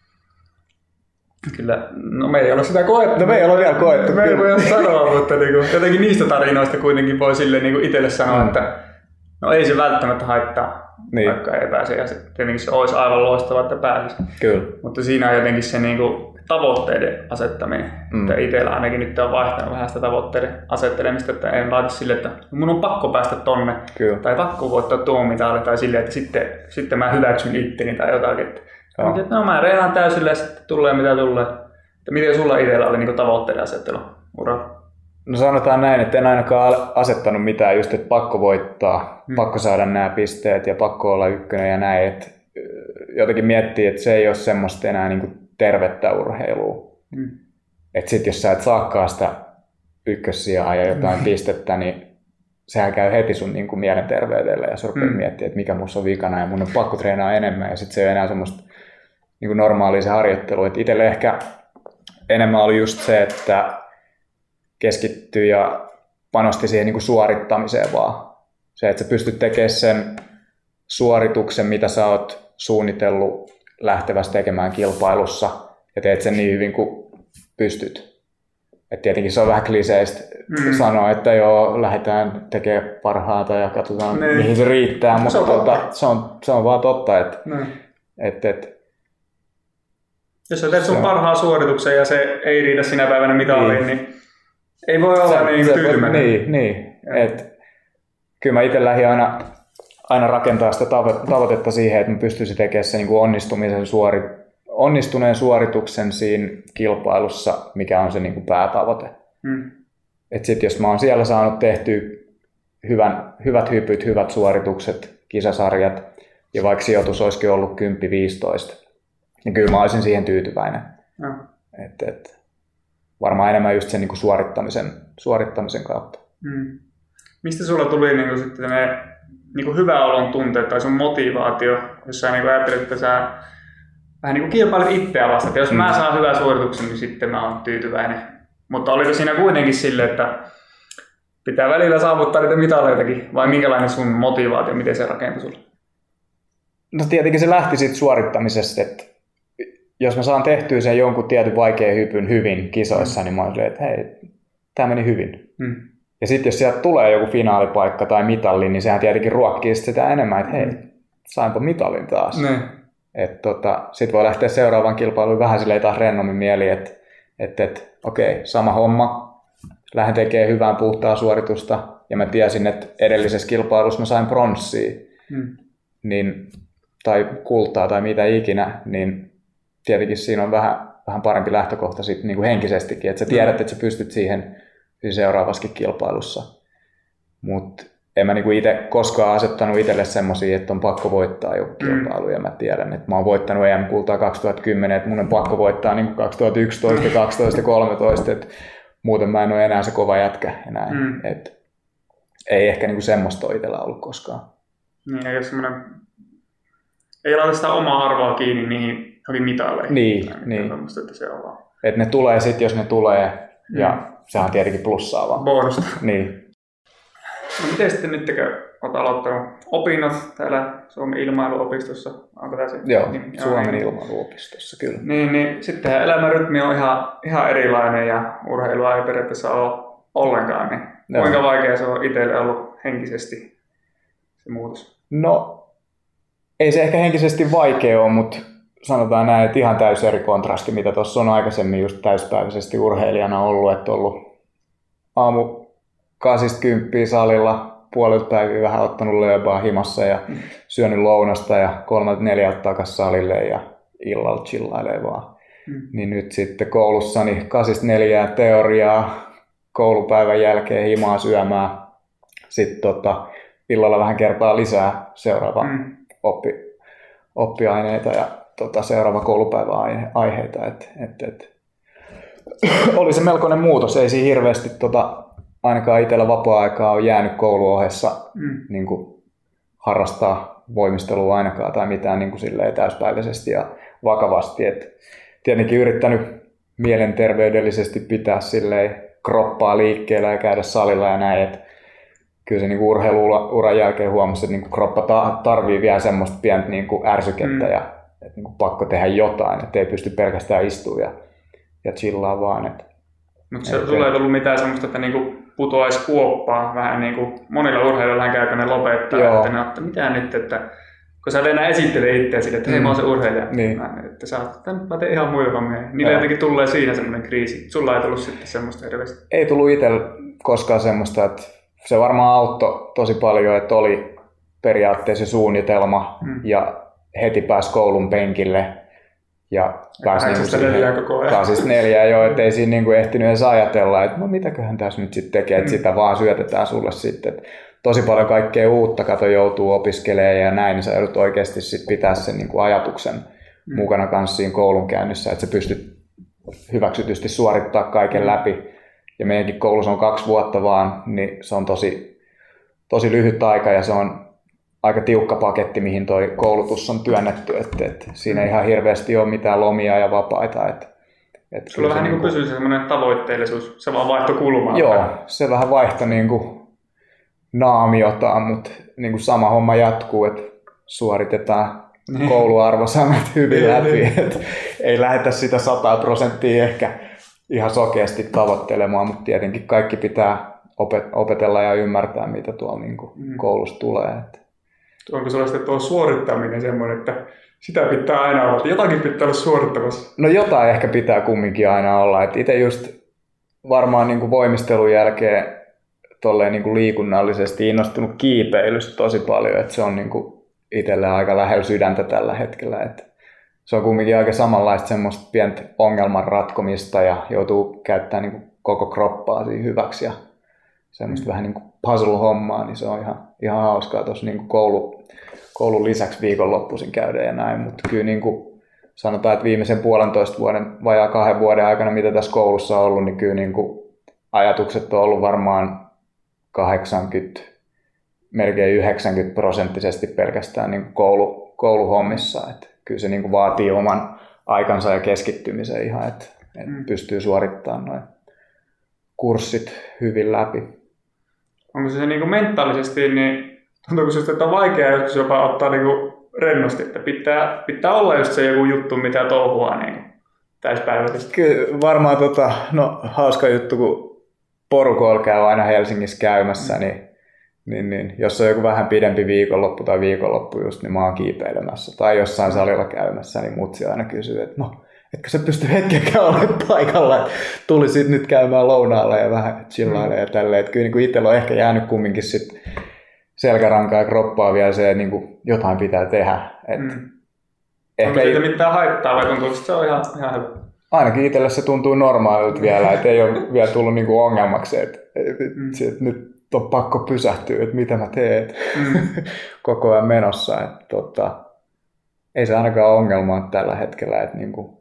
Kyllä, no me ei ole sitä koettu. No me ei ole vielä koettu. Me ei voi sanoa, mutta niin kuin, jotenkin niistä tarinoista kuitenkin voi silleen niin kuin itselle sanoa, mm. että no ei se välttämättä haittaa, niin. vaikka ei pääse. Ja sitten tietenkin se olisi aivan loistavaa, että pääsisi. Kyllä. Mutta siinä on jotenkin se niin kuin tavoitteiden asettaminen. Mm. Itsellä ainakin nyt on vaihtanut vähän sitä tavoitteiden asettelemista, että en laita silleen, että mun on pakko päästä tonne. Kyllä. Tai pakko voittaa tuon mitali tai silleen, että sitten, sitten mä hyväksyn itteni tai jotakin. Oh. No mä reenaan täysille ja sitten tulee mitä tulee. Että miten sulla itsellä oli niin tavoitteiden asettelu uralla? No sanotaan näin, että en ainakaan asettanut mitään just, että pakko voittaa, hmm. pakko saada nämä pisteet ja pakko olla ykkönen ja näin. Että jotenkin miettii, että se ei ole semmoista enää niin kuin tervettä urheilua. Hmm. Että sit jos sä et saakaan sitä ykkössijaa ja jotain hmm. pistettä, niin sehän käy heti sun niin kuin mielenterveydelle ja sä rupeat hmm. miettimään, että mikä musta on vikana ja mun on pakko treenaa enemmän ja sit se ei ole enää semmoista niin kuin normaalia se harjoittelu. Et itselle ehkä enemmän oli just se, että keskittyi ja panosti siihen niin kuin suorittamiseen vaan. Se, että sä pystyt tekemään sen suorituksen, mitä sä oot suunnitellut lähtevästi tekemään kilpailussa ja teet sen niin hyvin kuin pystyt. Et tietenkin se on vähän kliseistä mm. sanoa, että joo, lähdetään tekemään parhaata ja katsotaan ne. Mihin se riittää, mutta se on, tuota, se on, se on vaan totta, että et, et, jos sä teet sun parhaan suorituksen ja se ei riitä sinä päivänä mitaliin, niin, niin ei voi olla se, niin tyytymätön. Niin, niin. Et, kyllä mä itse lähdin aina, aina rakentaa sitä tavoitetta siihen, että mä pystyisin tekemään sen niin kuin onnistumisen suori, onnistuneen suorituksen siinä kilpailussa, mikä on se niin kuin päätavoite. Hmm. Et sit, jos mä oon siellä saanut tehtyä hyvän, hyvät hypyt, hyvät suoritukset, kisasarjat, ja vaikka sijoitus olisikin ollut kymmenen viisitoista, niin kyllä mä olisin siihen tyytyväinen. No. Et, et, varmaan enemmän just sen niin kuin suorittamisen, suorittamisen kautta. Hmm. Mistä sulla tuli niin kuin sitten ne niin kuin hyvä olon tunteet tai sun motivaatio, jos sä niin kuin ajattelet, että sä vähän niin kuin kilpailet itseä vasta, että jos hmm. mä saan hyvän suorituksen, niin sitten mä oon tyytyväinen. Mutta oliko siinä kuitenkin sille, että pitää välillä saavuttaa niitä mitaleitakin, vai minkälainen sun motivaatio, miten se rakentui sulle? No tietenkin se lähti siitä suorittamisesta, että jos mä saan tehtyä sen jonkun tietyn vaikean hypyn hyvin kisoissa, mm. niin mä oon silleen, että hei, tää meni hyvin. Mm. Ja sitten jos sieltä tulee joku finaalipaikka tai mitalli, niin sehän tietenkin ruokkii sitä enemmän, että hei, sainpa mitalin taas. Mm. Että tota, sit voi lähteä seuraavaan kilpailuun vähän silleen taas rennommin mieli, että et, et, okei, sama homma, lähden tekemään hyvää puhtaa suoritusta, ja mä tiesin, että edellisessä kilpailussa mä sain pronssia, mm. niin, tai kultaa tai mitä ikinä, niin tietenkin siinä on vähän, vähän parempi lähtökohta sit, niin kuin henkisestikin, että sä tiedät, että sä pystyt siihen seuraavassakin kilpailussa. Mutta en mä niinku itse koskaan asettanut itselle semmosia, että on pakko voittaa joku kilpailu, mm. ja mä tiedän, että mä oon voittanut E M-kultaa kaksituhattakymmenen, että mun on pakko voittaa niinku kaksituhattayksitoista, kaksitoista ja kolmetoista, että muuten mä en ole enää se kova jätkä enää. Mm. Et ei ehkä niinku semmoista ole itsellä ollut koskaan. Niin, ei ole semmoinen, ei laita sitä omaa arvoa kiinni niihin johonkin mitaleihin. Niin, niin. Tommoista, että se on vaan. Että ne tulee sit, jos ne tulee, mm. ja sehän on tietenkin plussaa vaan. Bonusta. Niin. No miten sitten nyt, kun olet aloittanut opinnot täällä Suomen ilmailuopistossa? Onko tämä se? Joo, niin, Suomen niin, ilmailuopistossa, kyllä. Niin, niin sittenhän elämänrytmi on ihan, ihan erilainen ja urheilua ei periaatteessa ole ollenkaan. Niin no. Kuinka vaikea se on itselle ollut henkisesti se muutos? No, ei se ehkä henkisesti vaikea ole, mutta sanotaan näin, että ihan täysin eri kontrasti, mitä tuossa on aikaisemmin just täyspäiväisesti urheilijana ollut, että ollut aamu kasista kymppiä salilla, puolilta päiviä vähän ottanut lööbaa himassa ja mm. syönyt lounasta ja kolmelta neljältä takas salille ja illalla chillailee vaan. Mm. Niin nyt sitten koulussa niin kasista neljää teoriaa, koulupäivän jälkeen himaa syömään, sitten tota, illalla vähän kertaa lisää seuraava mm. oppi, oppiaineita ja tota, seuraava koulupäivän aiheita. Et, et, et. Oli se melkoinen muutos, ei siinä hirveästi tota, ainakaan itsellä vapaa-aikaa on jäänyt koulun ohessa Mm. niin kuin harrastaa voimistelua ainakaan tai mitään niin kuin silleen täyspäiväisesti ja vakavasti. Et tietenkin yrittänyt mielenterveydellisesti pitää silleen kroppaa liikkeellä ja käydä salilla ja näin. Et kyllä se niin kuin urheiluuran jälkeen huomasi, että niin kuin kroppa ta- tarvii vielä semmoista pientä niin kuin ärsykettä mm. ja että niin kuin pakko tehdä jotain, että ei pysty pelkästään istua ja, ja chillaa vaan. Et, mutta se, sulla ei tullut mitään semmoista, että niinku putoaisi kuoppaan vähän niin kuin monilla urheilijoilla käy, ne lopettaa, joo. Että ne ottaa mitään nyt, että kun sä enää esittele itseäsi, että hei mm. mä oon se urheilija, niin. mä, että sä oot, mä teen ihan muita hommia. Niillä jotenkin tulee siinä semmoinen kriisi. Sulla ei tullut sitten semmoista hirveästi? Ei tullut itsellä koskaan semmoista, että se varmaan auttoi tosi paljon, että oli periaatteessa suunnitelma mm. ja heti pääsi koulun penkille. Ja pääsi niinku siihen neljään koko ajan. Kaasista neljää jo, ettei siinä niinku ehtinyt edes ajatella, että no mitäköhän tässä nyt sitten tekee, että mm. sitä vaan syötetään sulle sitten. Et tosi paljon kaikkea uutta kato joutuu opiskelemaan ja näin, niin sä joudut oikeasti sit pitää sen niinku ajatuksen mm. mukana kanssa siinä koulunkäynnissä, että sä pystyt hyväksytysti suorittaa kaiken mm. läpi. Ja meidänkin koulussa on kaksi vuotta vaan, niin se on tosi, tosi lyhyt aika ja se on aika tiukka paketti, mihin toi koulutus on työnnetty, että et siinä ei ihan hirveästi ole mitään lomia ja vapaita. Et, et Sulla vähän niin kuin pysyy semmoinen tavoitteellisuus, se vaan vaihtoi kulmaa. Joo, se vähän vaihtoi niin kuin naamiotaan, mutta niin kuin sama homma jatkuu, että suoritetaan kouluarvosanat hyvin läpi. Et ei lähdetä sitä sata prosenttia ehkä ihan sokeasti tavoittelemaan, mutta tietenkin kaikki pitää opetella ja ymmärtää, mitä tuolla niin kuin mm. koulussa tulee. Onko sellaista, että tuo suorittaminen semmoinen, että sitä pitää aina olla, jotakin pitää olla suorittamassa? No jotain ehkä pitää kumminkin aina olla. Et itse just varmaan niin kuin voimistelun jälkeen tolleen niin kuin liikunnallisesti innostunut kiipeilystä tosi paljon, että se on niin kuin itselle aika lähellä sydäntä tällä hetkellä. Et se on kumminkin aika samanlaista semmoista pientä ongelman ratkomista ja joutuu käyttämään niin kuin koko kroppaa siihen hyväksi ja semmoista mm. vähän niin kuin puzzle-hommaa, niin se on ihan, ihan hauskaa tuossa niin kuin koulu, koulun lisäksi viikonloppuisin käydä ja näin, mutta kyllä niin kuin sanotaan, että viimeisen puolentoista vuoden, vajaa kahden vuoden aikana, mitä tässä koulussa on ollut, niin kyllä niin kuin ajatukset on ollut varmaan kahdeksankymmentä, melkein yhdeksänkymmentä prosenttisesti pelkästään niin kuin koulu, kouluhommissa, että kyllä se niin kuin vaatii oman aikansa ja keskittymisen ihan, että, että mm. pystyy suorittamaan noin kurssit hyvin läpi. Onko se niin kuin mentaalisesti, niin tuntuuko se, että on vaikeaa joskus jopa ottaa niin kuin rennosti, että pitää, pitää olla just se joku juttu, mitä touhua niin täyspäiväisesti? Kyllä varmaan tota, no, hauska juttu, kun porukoilla käy aina Helsingissä käymässä, mm. niin, niin, niin jos on joku vähän pidempi viikonloppu tai viikonloppu just, niin mä oon kiipeilemässä. Tai jossain salilla käymässä, niin mutsi aina kysyy, että no, etkö sä pysty hetkenkään olemaan paikalla, että tulisit nyt käymään lounaalla ja vähän chillailemaan ja tälleen. Että kyllä niin kuin itsellä on ehkä jäänyt kumminkin sit selkärankaa ja kroppaa vielä se, että niin kuin jotain pitää tehdä. Et mm. Onko siitä it... mitään haittaa vai tuntuu, että se on ihan, ihan hyvä? Ainakin itselle se tuntuu normaalilta vielä, että ei ole vielä tullut niin kuin ongelmaksi, että, että, mm. että nyt on pakko pysähtyä, että mitä mä teen mm. koko ajan menossa. Että, tota, ei se ainakaan ole ongelmaa tällä hetkellä, että niin kuin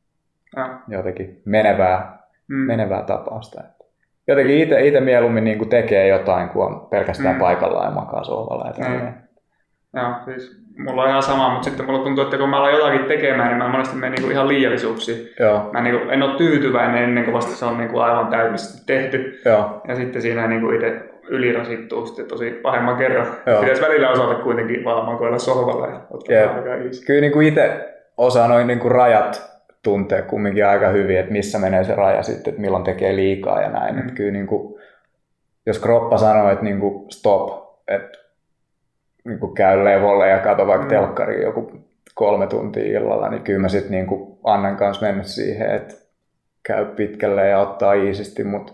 Ja. jotenkin menevää, mm. menevää tapausta. Jotenkin itse, itse mieluummin niin kuin tekee jotain, kun on pelkästään mm. paikallaan ja makaa sohvalla. Mm. Joo, siis mulla on ihan sama, mutta sitten mulla tuntuu, että kun mä alan jotakin tekemään, niin mä monesti menen niin ihan liiallisuuksiin. Joo. Mä niin kuin, en ole tyytyväinen ennen kuin vasta se on niin kuin aivan täydellisesti tehty. Joo. Ja sitten siinä niin kuin itse ylirasittuu sitten tosi pahemman kerran. Joo. Pitäisi välillä osata kuitenkin vaan makoilla sohvalla ja ottaa aika easy. Kyllä niin kuin itse osaa noin niin kuin rajat tuntee kumminkin aika hyvin, että missä menee se raja sitten, että milloin tekee liikaa ja näin. Mm. Että kyllä niin kuin, jos kroppa sanoo, että niin kuin stop, että niin kuin käy levolle ja katso vaikka mm. telkkariin joku kolme tuntia illalla, niin kyllä mä sitten niin kuin annan kanssa mennä siihen, että käy pitkälle ja ottaa iisisti, mutta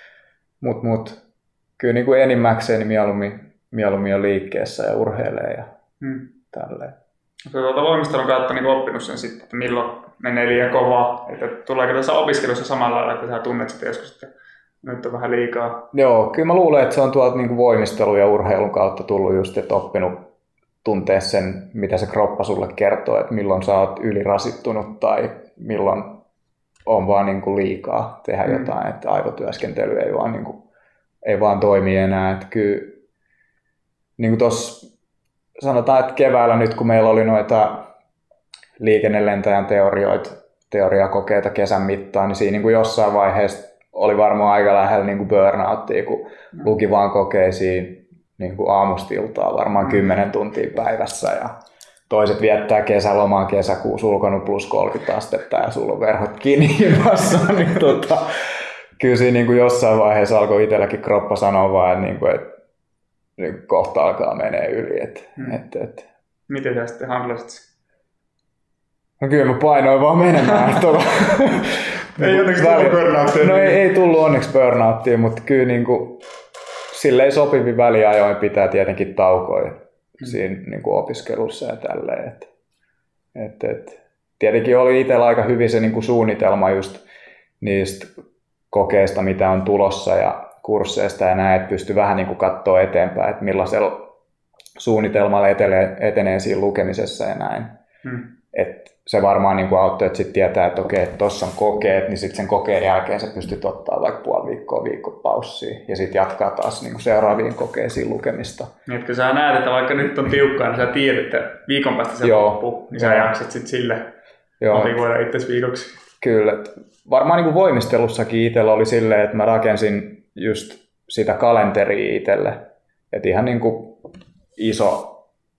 mut, mut, kyllä niin kuin enimmäkseen niin mieluummin, mieluummin on liikkeessä ja urheilee ja mm. tälleen. Oletko tuota voimistelun kautta niin oppinut sen sitten, että milloin menee liian kovaa? Että tuleeko tässä opiskelussa samalla lailla, että sä tunnet sitä joskus, että nyt on vähän liikaa? Joo, kyllä mä luulen, että se on tuolta niin kuin voimistelun ja urheilun kautta tullut just, että oppinut tuntee sen, mitä se kroppa sulle kertoo, että milloin sä oot ylirasittunut tai milloin on vaan niin kuin liikaa tehdä mm. jotain, että aivotyöskentely ei vaan niin kuin, ei vaan toimi enää. Että kyllä, niin kuin tuossa sanotaan, että keväällä nyt kun meillä oli noita liikennelentäjän teorioita, teoriakokeita kesän mittaan, niin siinä niin kuin jossain vaiheessa oli varmaan aika lähellä niin kuin burnouttia, kun mm. luki vaan kokeisiin niin kuin aamusta iltaan varmaan kymmenen tuntia päivässä ja toiset viettää kesälomaa kesäkuussa ulkona plus kolmekymmentä astetta ja sulla on verhot kiinni ilmassa, niin tota, kyllä siinä niin kuin jossain vaiheessa alkoi itselläkin kroppa sanoa vaan, että, niin kuin, että niin kohta alkaa menee yli. Että, hmm. että, että. Miten sä sitten handlasit? No kyllä mä painoin vaan menemään. Ei onneksi tullut burnouttia. No ei, ei tullut onneksi burnouttia, mutta kyllä niin kuin, silleen sopivin väliajoin pitää tietenkin taukoja hmm. siinä niin kuin opiskelussa ja tälleen. Et, et, et. Tietenkin oli itsellä aika hyvin se niin kuin suunnitelma just niistä kokeista, mitä on tulossa ja kursseista ja näin, että pystyy vähän niin kuin katsoa eteenpäin, että millaisella suunnitelmalla etenee, etenee siinä lukemisessa ja näin. Hmm. Et se varmaan niin kuin auttoi, että sitten tietää, että okei, että tuossa on kokeet, niin sitten sen kokeen jälkeen sä pystyt ottaa vaikka puoli viikkoa, viikko paussia ja sitten jatkaa taas niin kuin seuraaviin kokeisiin lukemista. Niin, että kun sä näet, että vaikka nyt on tiukkaa, niin sä tiedät, että viikon päästä se loppuu, niin sä jaksat sitten sille motivoida itsesi viikoksi. Kyllä. Varmaan niin kuin voimistelussakin itsellä oli silleen, että mä rakensin just sitä kalenteria itselle. Että ihan niin kuin iso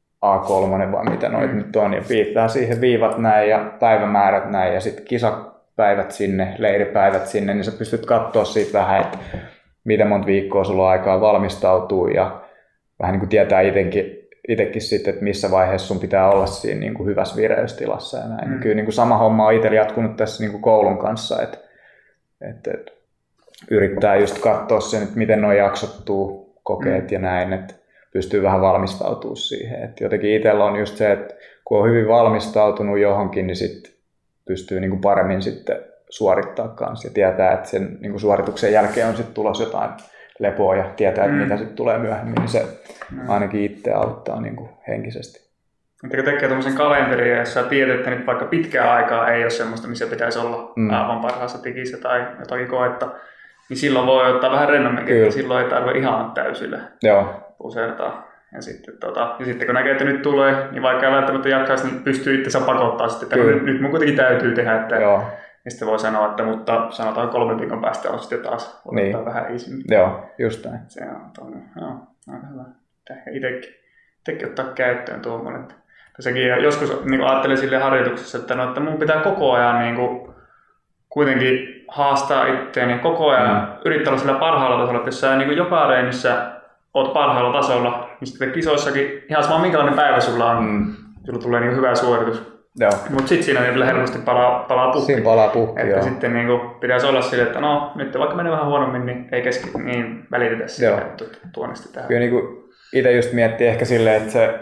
A kolme vai mitä noita mm. nyt on. Ja piirtää siihen viivat näin ja päivämäärät näin ja sitten kisapäivät sinne, leiripäivät sinne. Niin sä pystyt katsoa siitä vähän, että miten monta viikkoa sulla on aikaa valmistautua. Ja vähän niin kuin tietää itsekin, itsekin sitten, että missä vaiheessa sun pitää olla siinä niin kuin hyvässä vireystilassa. Ja näin. Mm. Kyllä niin kuin sama homma on itsellä jatkunut tässä niin kuin koulun kanssa. Että, että, että yrittää just katsoa sen, että miten nuo jaksottuu kokeet mm. ja näin, että pystyy vähän valmistautumaan siihen. Että jotenkin itsellä on just se, että kun on hyvin valmistautunut johonkin, niin sit pystyy niinku paremmin sitten suorittaa kanssa ja tietää, että sen niinku suorituksen jälkeen on sitten tulossa jotain lepoa ja tietää, että mm. mitä sitten tulee myöhemmin, niin se mm. ainakin itse auttaa niinku henkisesti. Ettekö tekee tuommoisen kalenterin, jossa tiedät, että nyt vaikka pitkää aikaa ei ole semmoista, missä pitäisi olla mm. aivan parhaassa tikissä tai jotakin koetta, niin silloin voi ottaa vähän rennomminkin, että silloin ei tarvitse ihan täysillä pusertaa. Ja sitten, tota, ja sitten kun näkee, että nyt tulee, niin vaikka ei välttämättä jaksaisi, niin pystyy itsensä pakottaa sitten, että nyt, nyt mun kuitenkin täytyy tehdä, että Joo. ja sitten voi sanoa, että mutta sanotaan kolmen viikon päästä on sitten taas ottaa niin. vähän isimmin. Joo, just näin. Se on toinen, joo, aika hyvä. Ehkä itsekin, itsekin ottaa käyttöön tuommoinen. Sekin, ja joskus niin ajattelin sille harjoituksessa, että, no, että mun pitää koko ajan niin kuin, kuitenkin haastaa itseäni ja koko ajan mm. yrittää olla sillä parhaalla tasolla, että jos sä niin kuin joka reenissä oot parhaalla tasolla, niin sitten kisoissakin ihan sama minkälainen päivä sulla on, mm. sulla tulee niin hyvä suoritus. Mutta sitten siinä kyllä helposti palaa, palaa puhki. Siinä palaa puhki, että joo. Sitten niin kuin pitäisi olla sille, että no nyt vaikka menee vähän huonommin, niin ei keski, niin välitetä sitä, että tuonnesti tähän. Kyllä niin itse just miettii ehkä silleen, että se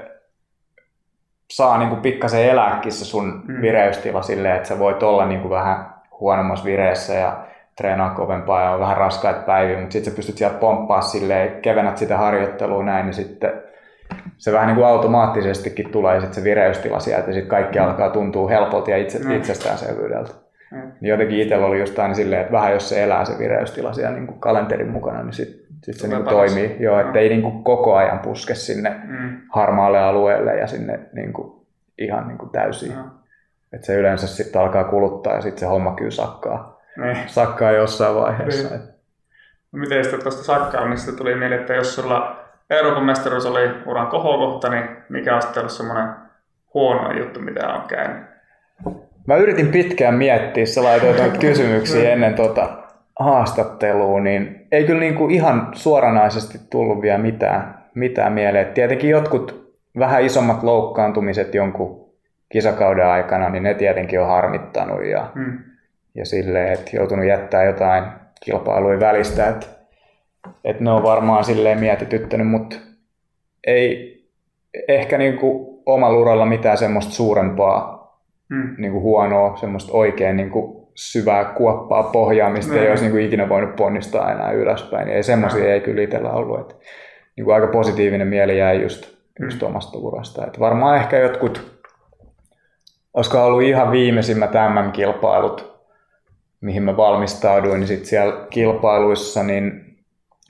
saa niin kuin pikkasen elääkin se sun mm. vireystila silleen, että sä voit olla niin kuin vähän huonommassa vireessä ja treenaa kovempaa ja on vähän raskaita päiviä, mutta sitten sä pystyt sieltä pomppaa silleen, kevennät sitä harjoittelua näin, niin sitten se vähän niin kuin automaattisestikin tulee sit se vireystila sieltä ja sitten kaikki mm. alkaa tuntua helpolta ja itse, mm. itsestäänselvyydeltä. Mm. Niin jotenkin itsellä oli just aina silleen, että vähän jos se elää se vireystila siellä niin kuin kalenterin mukana, niin sitten sit se niin kuin toimii. Joo, että ei niin kuin koko ajan puske sinne mm. harmaalle alueelle ja sinne niin kuin ihan niin kuin täysin. Mm. Että se yleensä sitten alkaa kuluttaa ja sitten se homma kyllä sakkaa. Ne. Sakkaa jossain vaiheessa. No, miten sitten tuosta sakkaamista tuli mieleen, että jos sulla Euroopan mestaruus oli uran kohokohta, niin mikä on sitten ollut semmoinen huono juttu, mitä on käynyt? Mä yritin pitkään miettiä, sä laitoit noita kysymyksiä ennen tota haastattelua, niin ei kyllä niinku ihan suoranaisesti tullut vielä mitään, mitään mieleen. Tietenkin jotkut vähän isommat loukkaantumiset jonkun kisakauden aikana, niin ne tietenkin on harmittanut ja, hmm. ja silleen, että joutunut jättää jotain kilpailuja välistä, että, että ne on varmaan silleen mietityttänyt, mutta ei ehkä niinku omalla uralla mitään semmoista suurempaa hmm. niinku huonoa, semmoista oikein niinku syvää kuoppaa pohjaa, mistä hmm. ei olisi niinku ikinä voinut ponnistaa enää ylöspäin. Ei semmoisia hmm. ei kyllä itsellä ollut. Että, niinku aika positiivinen mieli jäi just, hmm. just omasta urasta. Että varmaan ehkä jotkut olisiko ollut ihan viimeisimmät M M-kilpailut, mihin mä valmistauduin, niin sitten siellä kilpailuissa niin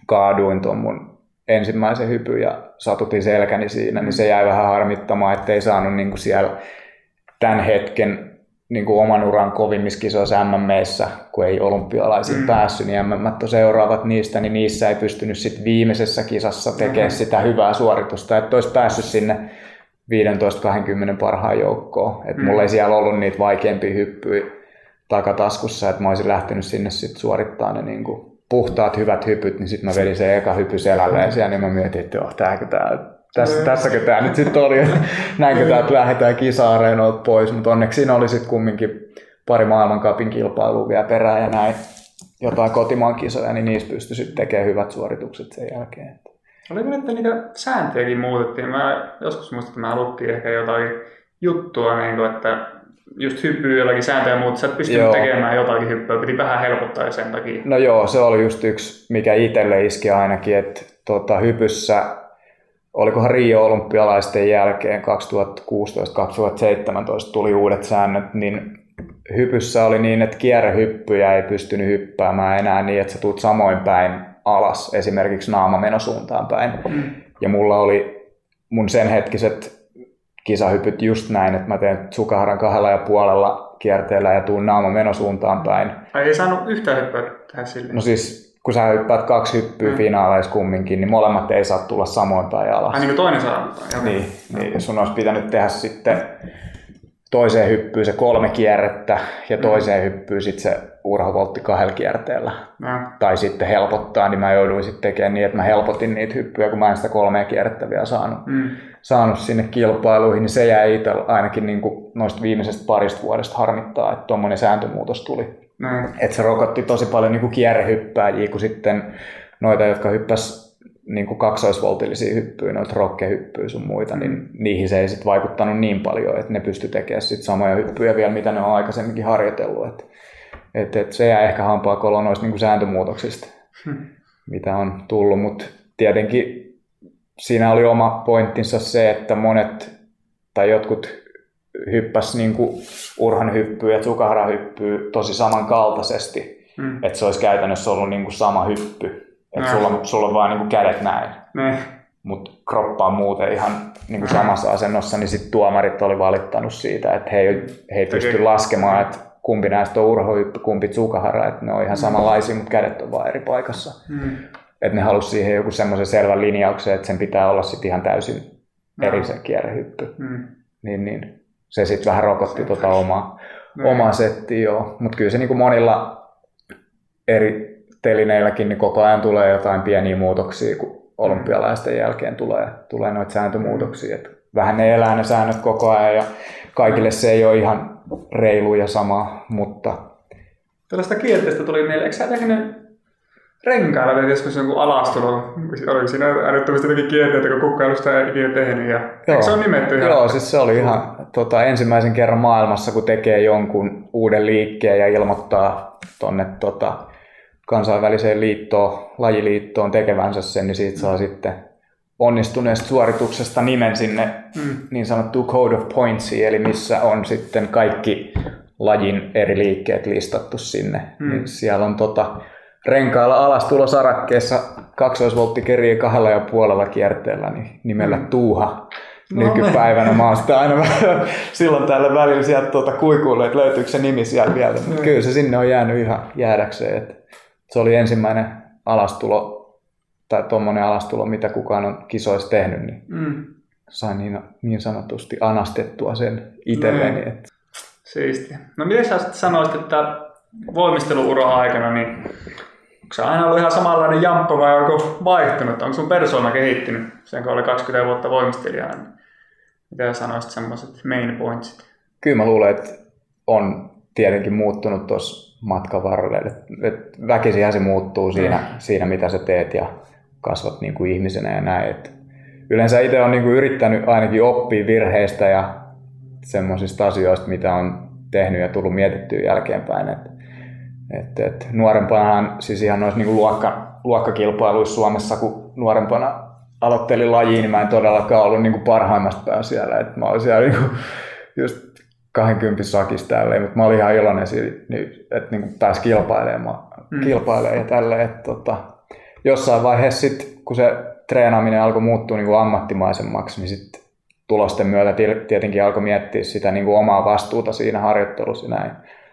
kaaduin tuon mun ensimmäisen hypyn ja satutin selkäni siinä, niin se jäi vähän harmittamaan, ettei saanut niin kuin siellä tämän hetken niin kuin oman uran kovimmissa kisoissa M M A:ssä, kun ei olympialaisiin mm. päässyt, niin M M on seuraavat niistä, niin niissä ei pystynyt sit viimeisessä kisassa tekemään mm. sitä hyvää suoritusta, että olisi päässyt sinne viisitoista kaksikymmentä parhaan joukkoon. Että mm. mulla ei siellä ollut niitä vaikeampia hyppyjä takataskussa, että mä olisin lähtenyt sinne sit suorittaa ne niin kuin puhtaat hyvät hypyt, niin sitten mä vedin sen eka hypy selälleen siellä, niin mä mietin, että joo, tääkö tää, tässä, tässäkö tää nyt sitten oli, näinkö täältä lähdetään kisa-areenoilta pois, mutta onneksi siinä oli sitten kumminkin pari maailmancupin kilpailua vielä perään ja näin jotain kotimaan kisoja, niin niissä pystyi sitten tekemään hyvät suoritukset sen jälkeen. Oliko nyt, että niitä sääntöjäkin muutettiin? Mä joskus muistin, että mä lukkin ehkä jotain juttua, niin kuin, että just hyppyy jollakin sääntöjä, mutta sä et pystynyt joo. tekemään jotakin hyppyä, piti vähän helpottaa sen takia. No joo, se oli just yksi, mikä itselle iski ainakin, että tota, hypyssä, olikohan Rio-olympialaisten jälkeen kaksituhattakuusitoista kaksituhattaseitsemäntoista tuli uudet säännöt, niin hypyssä oli niin, että kierrehyppyjä ei pystynyt hyppäämään enää niin, että sä tuut samoin päin alas, esimerkiksi naamamenosuuntaan päin. Mm. Ja mulla oli mun sen hetkiset kisahypyt just näin, että mä teen Tsukaharan kahdella ja puolella kierteellä ja tuun naamamenosuuntaan päin. Ai ei saanut yhtään hyppää tähän silleen? No siis kun sä hyppäät kaksi hyppyä mm. finaaleissa kumminkin, niin molemmat ei saa tulla samoin päin alas. Ai niin kuin toinen saa? Niin, niin, sun olisi pitänyt tehdä sitten toiseen hyppyyn se kolme kierrettä ja toiseen mm. hyppyyn sitten se urhovoltti kahdella kierteellä. Mm. Tai sitten helpottaa, niin mä jouduin sitten tekemään niin, että mä helpotin niitä hyppyjä, kun mä en sitä kolmea kierrettä vielä saanut, mm. saanut sinne kilpailuihin, niin se jäi itsellä ainakin niin kuin noista viimeisestä parista vuodesta harmittaa, että tuommoinen sääntömuutos tuli. Mm. Että se rokotti tosi paljon niin kuin kierrehyppääjiä, kun sitten noita, jotka hyppäs niin kuin kaksoisvoltillisia hyppyjä, noita rokkehyppyjä sun muita, niin niihin se ei sit vaikuttanut niin paljon, että ne pysty tekemään sit samoja hyppyjä vielä, mitä ne on aikaisemminkin harjoitellut. Et, et, et se jää ehkä hampaa koloa noista niin kuin sääntömuutoksista, hmm. mitä on tullut, mutta tietenkin siinä oli oma pointtinsa se, että monet tai jotkut hyppäs niin kuin Urhan hyppyä ja Tsukaharan hyppyä tosi samankaltaisesti, hmm. että se olisi käytännössä ollut niin kuin sama hyppy. Että sulla, sulla on vaan niinku kädet näin, mutta kroppa on muuten ihan niinku samassa asennossa, niin sitten tuomarit oli valittanut siitä, että he ei, he ei pysty laskemaan, että kumpi näistä on urhohyppy, kumpi Tsukahara, että ne on ihan samanlaisia, mutta kädet on vaan eri paikassa. Mm. Että ne halusi siihen joku semmoisen selvän linjauksen, että sen pitää olla sitten ihan täysin eri se kierrehyppy. Mm. Niin, niin. Se sitten vähän rokotti tuota omaa, omaa settiä, joo. Mutta kyllä se niinku monilla eri telineilläkin niin koko ajan tulee jotain pieniä muutoksia, kun olympialaisten jälkeen tulee, tulee noita sääntömuutoksia. Et vähän ne elää ne säännöt koko ajan ja kaikille se ei ole ihan reilu ja sama, mutta... Tällaista kierteestä tuli mieleen. Eikö sä tehnyt renkailla teet joskus jonkun alastulo? Oliko siinä älyttömästi jotenkin kierteitä, kun kukkailusta ei ikinä tehnyt? Ja... Eikö se ole nimetty ihan? Joo, siis se oli ihan tota, ensimmäisen kerran maailmassa, kun tekee jonkun uuden liikkeen ja ilmoittaa tonne... Tota, kansainväliseen liittoon, lajiliittoon tekevänsä sen, niin siitä saa sitten onnistuneesta suorituksesta nimen sinne mm. niin sanottuun Code of Pointsiin, eli missä on sitten kaikki lajin eri liikkeet listattu sinne. Mm. Niin siellä on tota, renkailla alastulosarakkeessa kaksoisvolttikeriä kahdella ja puolella kierteellä niin nimellä mm. Tuuha. Nykypäivänä mä oon sitä aina silloin tällä välillä sieltä tuota kuikuille, että löytyykö se nimi siellä vielä. Mutta kyllä se sinne on jäänyt ihan jäädäkseen. Että se oli ensimmäinen alastulo, tai tuommoinen alastulo, mitä kukaan on kisoissa tehnyt, niin mm. sain niin, niin sanotusti anastettua sen itselleni. Mm. Että... Siistiä. No miten sä sanoisit, että voimistelu-uran aikana, niin onko se aina ollut ihan samanlainen jamppa vai onko vaihtunut? Onko sun persoona kehittynyt sen, kun oli kaksikymmentä vuotta voimistelijana? Niin mitä sanoisit semmoiset main pointsit? Kyllä mä luulen, että on tietenkin muuttunut tuossa matkan varrella. Et väkisinhän se muuttuu siinä, mm. siinä, mitä sä teet ja kasvat niin kuin ihmisenä ja näin. Et yleensä itse olen niin kuin yrittänyt ainakin oppia virheistä ja semmoisista asioista, mitä on tehnyt ja tullut mietittyä jälkeenpäin. Et, et, et nuorempanahan, siis ihan noissa niin kuin luokka, luokkakilpailuissa Suomessa, kun nuorempana aloittelin lajiin, niin mä en todellakaan ollut niin kuin parhaimmasta pää siellä. Et mä olin siellä niin kuin just kaksikymmentä sakissa tälleen, mutta mä olin ihan iloinen siitä, että niin pääsi kilpailemaan, mm. kilpailemaan ja tälleen. Että, tota, jossain vaiheessa sit, kun se treenaaminen alkoi muuttua niin kuin ammattimaisemmaksi, niin sitten tulosten myötä tietenkin alkoi miettiä sitä niin kuin omaa vastuuta siinä harjoittelussa näin.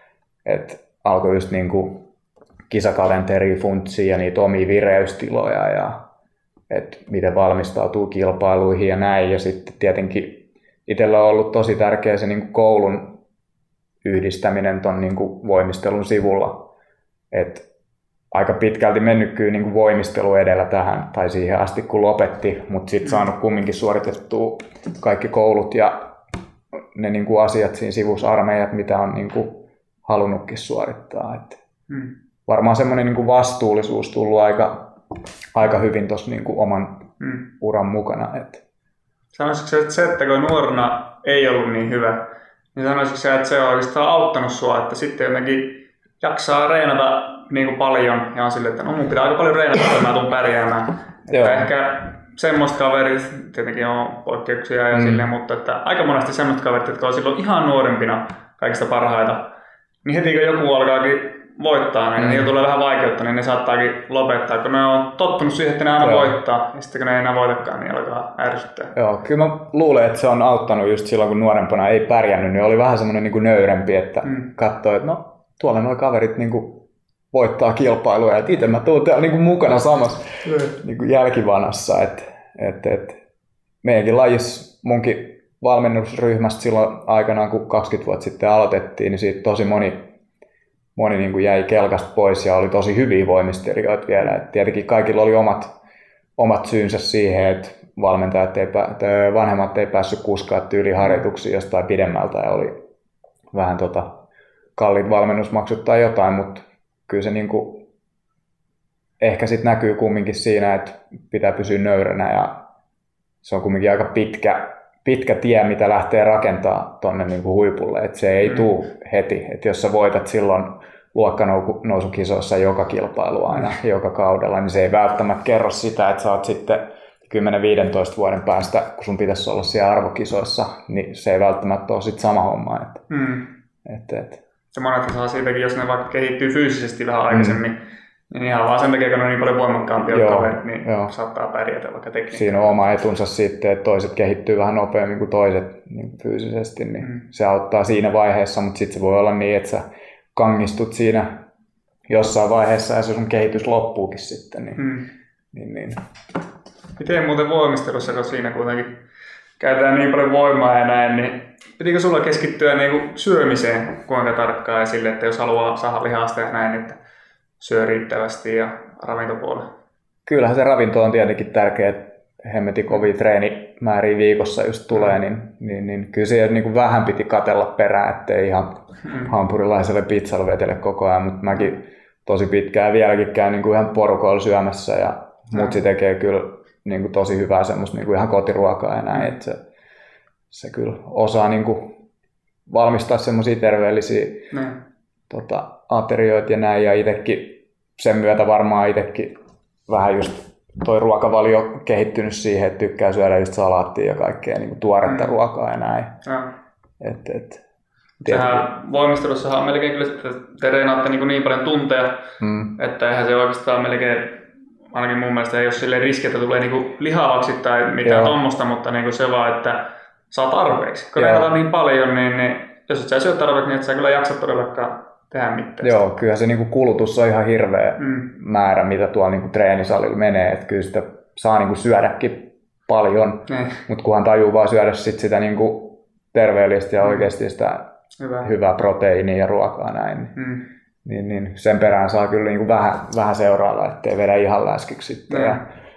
Et alkoi just niin kuin kisakalenteri funtsia ja niitä omia vireystiloja ja et miten valmistautuu kilpailuihin ja näin. Ja sitten tietenkin itsellä on ollut tosi tärkeä se niin kuin koulun yhdistäminen ton niin kuin voimistelun sivulla. Et aika pitkälti mennyt kyllä niin kuin voimistelu edellä tähän tai siihen asti kun lopetti, mutta sitten saanut kumminkin suoritettua kaikki koulut ja ne niin kuin asiat siinä sivussa, armeijat, mitä on niin kuin halunnutkin suorittaa. Et mm. Varmaan semmoinen niin kuin vastuullisuus tullut aika, aika hyvin tuossa niin kuin oman mm. uran mukana. Et. Sanoisitko se, että se, että kun nuorena ei ollut niin hyvä, niin sanoisitko se, että se on oikeastaan auttanut sua, että sitten jotenkin jaksaa reenata niin kuin paljon ja on silleen, että no mun pitää aika paljon reenata, että mä tuun pärjäämään. Että ehkä semmoista kaverit, tietenkin on poikkeuksia ja mm. silleen, mutta että aika monesti semmoista kaverit, jotka on silloin ihan nuorempina kaikista parhaita, niin heti kun joku alkaakin voittaa näin, mm. niin tulee vähän vaikeutta, niin ne saattaakin lopettaa, kun ne on tottunut siihen, että ne aina Joo. voittaa, ja sitten kun ne ei enää voitakaan, niin alkaa ärsyttää. Joo, kyllä mä luulen, että se on auttanut just silloin, kun nuorempana ei pärjännyt, niin oli vähän semmoinen niin kuin nöyrempi, että mm. katsoi, että no tuolla nuo kaverit niin kuin voittaa kilpailuja, että itse mä tuun täällä niin kuin mukana samassa mm. niin kuin jälkivanassa, että et, et, meidänkin lajissa munkin valmennusryhmästä silloin aikanaan, kun kaksikymmentä vuotta sitten aloitettiin, niin siitä tosi moni Moni niin kuin jäi kelkasta pois ja oli tosi hyviä voimistelijoita vielä. Et tietenkin kaikilla oli omat, omat syynsä siihen, että valmentajat ei, vanhemmat ei päässyt kuskaamaan tyyliharjoituksia jostain pidemmältä ja oli vähän tota, kalliit valmennusmaksut tai jotain, mutta kyllä se niin kuin ehkä sit näkyy kumminkin siinä, että pitää pysyä nöyränä ja se on kumminkin aika pitkä, pitkä tie, mitä lähtee rakentaa tonne niin kuin huipulle, että se ei mm. tule heti, että jos sä voitat silloin luokkanousukisoissa joka kilpailu aina, mm. joka kaudella, niin se ei välttämättä kerro sitä, että sä oot sitten kymmenen viisitoista vuoden päästä, kun sun pitäisi olla siellä arvokisoissa, niin se ei välttämättä ole sitten sama homma. Että, mm. et, et. Se monet saa siitäkin, jos ne vaikka kehittyy fyysisesti vähän aikaisemmin, mm. niin ihan vaan sen takia, kun ne on niin paljon voimakkaampia kaverit, niin joo. saattaa pärjätä vaikka tekniikkaa. Siinä on oma etunsa sitten, että toiset kehittyy vähän nopeammin kuin toiset niin fyysisesti, niin mm. se auttaa siinä vaiheessa, mutta sitten se voi olla niin, että sä kangistut siinä jossain vaiheessa ja se sun kehitys loppuukin sitten. Niin, mm. niin, niin. Miten muuten voimistelussa, kun siinä kuitenkin käytetään niin paljon voimaa ja näin, niin pitikö sulla keskittyä niinku syömiseen kuinka tarkkaan ja sille, että jos haluaa saada lihasta ja näin, että syö riittävästi ja ravintopuolella? Kyllähän se ravinto on tietenkin tärkeä, että hemmetin kovia treenimääriä viikossa just tulee, niin, niin, niin kyllä siihen niin kuin vähän piti katsella perään, ettei ihan mm. hampurilaiselle pizzalle vetele koko ajan, mutta mäkin tosi pitkään vieläkin käyn niin kuin ihan porukoilla syömässä ja mm. mutsi tekee kyllä niin kuin tosi hyvää semmoista niin kuin ihan kotiruokaa ja näin, mm. että se, se kyllä osaa niin kuin valmistaa semmoisia terveellisiä mm. tota, aterioita ja näin, ja itsekin sen myötä varmaan itsekin vähän just toi ruokavalio kehittynyt siihen, että tykkää syödä just salaattia ja kaikkea niin kuin tuoretta mm. ruokaa ja näin. Mm. Et, et, Sehän voimistelussahan on melkein kyllä, että te reenaatte niin, niin paljon tunteja, mm. että eihän se oikeastaan melkein, ainakin mun mielestä ei ole silleen riski, että tulee niin kuin lihavaksi tai mitään tommoista, mutta niin kuin se vaan, että saa tarpeeksi. Kun reenataan niin paljon, niin, niin jos et sä syö tarpeeksi, niin et sä kyllä jaksa todellakaan tehdä mitään. Joo, kyllä se niinku kulutus on ihan hirveä mm. määrä, mitä tuolla niinku treenisalilla menee. Että kyllä sitä saa niinku syödäkin paljon, mm. mutta kunhan tajuu vaan syödä sit sitä niinku terveellistä ja mm. oikeasti sitä Hyvä. hyvää proteiinia ja ruokaa näin. Mm. Niin, niin sen perään saa kyllä niinku vähän, vähän seurailla, ettei vedä ihan läskiksi sitten. Mm. Ja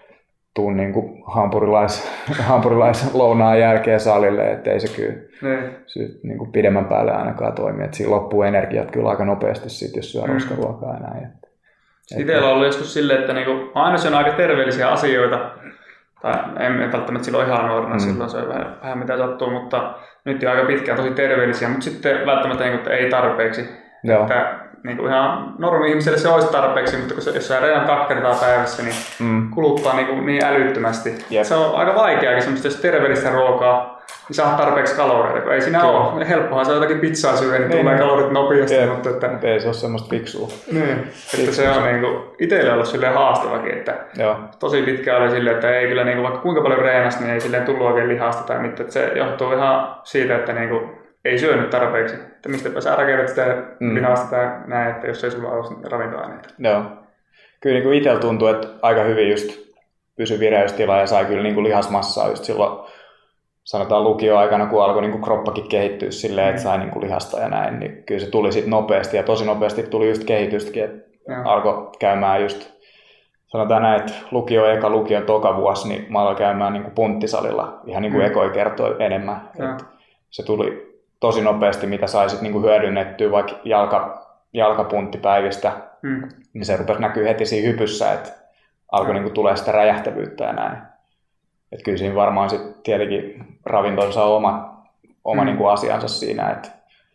tuu niinku hampurilais, hampurilais lounaan jälkeen salille, ettei se kyllä mm. sy, niinku pidemmän päälle ainakaan toimi. Et siinä loppuu energiat kyllä aika nopeasti sit, jos syö mm. roskaruokaa ja näin. Et, Itellä on ollut joskus silleen, että niinku, aina syön aika terveellisiä asioita. Tai en, en välttämättä silloin ihan nuorena, mm. silloin se on vähän, vähän mitä sattuu, mutta nyt jo aika pitkään tosi terveellisiä, mutta sitten välttämättä niin, että ei tarpeeksi. Että, niin kuin ihan normi-ihmiselle se olisi tarpeeksi, mutta kun se, jos sä reenat kaksi kertaa päivässä, niin mm. kuluttaa niin, kuin niin älyttömästi. Yep. Se on aika vaikeakin semmoista terveellistä ruokaa saa tarpeeksi kaloreita, kun ei siinä Kyllä. ole. Helppohan se on jotakin pizzaa syödä, niin, niin tulee kalorit nopeasti. Ei, mutta että, ei se ole semmoista fiksua. Niin, että se on niin kuin, itselle ollut silleen haastavakin, että Joo. tosi pitkään oli silleen, että ei kyllä niin kuin, vaikka kuinka paljon reenasi, niin ei silleen tullut oikein lihasta tai mitään. Että se johtuu ihan siitä, että niin kuin, ei syönyt tarpeeksi. Että mistä sä rakennat sitä mm. lihasta tai näin, että jos ei sulla ole ravintoaineita. Joo. Kyllä niin itsellä tuntuu, että aika hyvin just pysyi vireystila ja sai kyllä niin kuin lihasmassaa just silloin, sanotaan lukioaikana, kun alkoi niin kuin kroppakin kehittyä silleen, että sai niin kuin lihasta ja näin, niin kyllä se tuli sitten nopeasti ja tosi nopeasti tuli just kehitystäkin, että alkoi käymään just, sanotaan näin, että lukio eka lukion toka vuosi, niin mä aloin käymään niin kuin punttisalilla ihan niin kuin mm. ekoi kertoi enemmän. Että se tuli tosi nopeasti, mitä sai sitten niin kuin hyödynnettyä vaikka jalka, jalkapunttipäivistä, mm. niin se rupesi näkyy heti siinä hypyssä, että alkoi niin kuin tulee sitä räjähtävyyttä ja näin. Että kyllä siinä varmaan sitten tietenkin ravintonsa on oma, oma mm. niin kuin asiansa siinä. Että,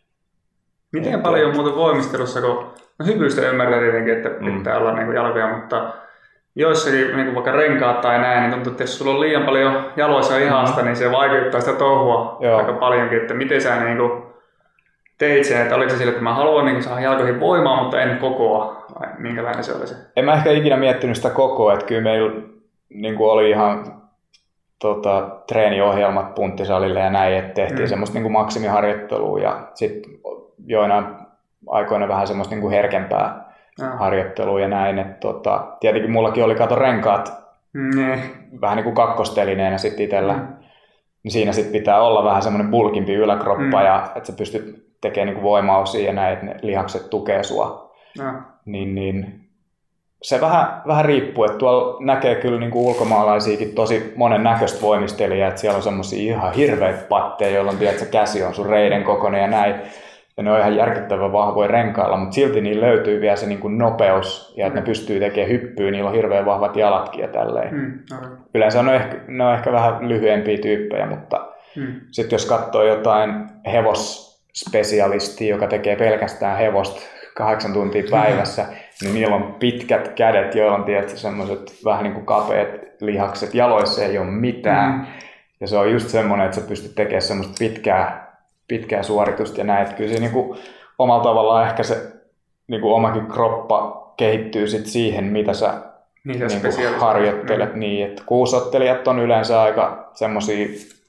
Miten että, paljon muuten voimistelussa, kun no hypystä ymmärrän tietenkin, että mm. pitää olla niin kuin jalkoja, mutta joissakin niin kuin vaikka renkaat tai näin, niin tuntuu, että jos sulla on liian paljon jaloissa ihasta, mm. niin se vaikeuttaa sitä touhua Joo. aika paljonkin. Että miten sä niin kuin teit sen, että oliko se sille, että mä haluan niin kuin saada jalkoihin voimaa, mutta en kokoa, vai minkälainen se oli se? En mä ehkä ikinä miettinyt sitä kokoa, että kyllä meillä niin kuin oli ihan Tota, treeniohjelmat punttisalille ja näin, että tehtiin mm. semmoista niin kuin maksimiharjoittelua ja sitten joinain aikoina vähän semmoista niin kuin herkempää mm. harjoittelua ja näin. Et, tota, tietenkin mullakin oli kato renkaat mm. vähän niin kuin kakkostelineenä sitten itsellä. Mm. Niin siinä sitten pitää olla vähän semmoinen bulkimpi yläkroppa mm. ja että sä pystyt tekemään niin kuin voimaosia ja näin, että ne lihakset tukee sua. Mm. Niin, niin, se vähän, vähän riippuu, että tuolla näkee kyllä niin kuin ulkomaalaisiakin tosi monen näköistä voimistelijaa, että siellä on semmosia ihan hirveitä patteja, joilla on tiedätkö, käsi on sun reiden kokoinen ja näin. Ja ne on ihan järkyttävän vahvoja renkailla, mutta silti niillä löytyy vielä se niin kuin nopeus ja että mm. ne pystyy tekemään hyppyä, niillä on hirveän vahvat jalatkin ja tälleen. Mm. Okay. Yleensä ne on, ehkä, ne on ehkä vähän lyhyempiä tyyppejä, mutta mm. sitten jos katsoo jotain hevosspesialistia, joka tekee pelkästään hevosta kahdeksan tuntia päivässä, niin niillä on pitkät kädet, joilla on tietysti semmoiset vähän niin kuin kapeat lihakset. Jaloissa ei ole mitään. Mm. Ja se on just semmoinen, että sä pystyt tekemään semmoista pitkää, pitkää suoritusta ja näin. Että kyllä se niin kuin, omalla tavallaan ehkä se niin kuin omakin kroppa kehittyy sit siihen, mitä sä niin kuin harjoittelet. Mm. Niin, että kuusottelijat on yleensä aika semmoisia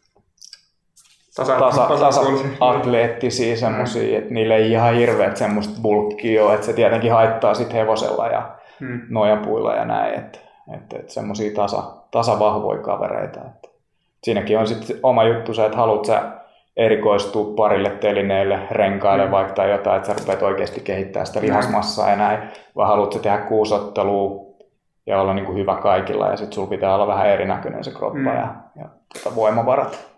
Tasa, tasa, tasa atleettisia semmosia, mm. että niillä ei ihan hirveät semmoista bulkkia ole, että se tietenkin haittaa sit hevosella ja mm. nojapuilla ja näin, että et, et semmosia tasa, tasavahvoja kavereita. Et. Siinäkin on sitten oma juttu se, että haluat sä erikoistua parille telineelle, renkaille mm. vaikka tai jotain, että sä rupeat oikeasti kehittämään sitä lihasmassaa ja näin, vai haluat sä tehdä kuusottelua ja olla niinku hyvä kaikilla ja sit sulla pitää olla vähän erinäköinen se kroppa mm. ja, ja tota, voimavarat.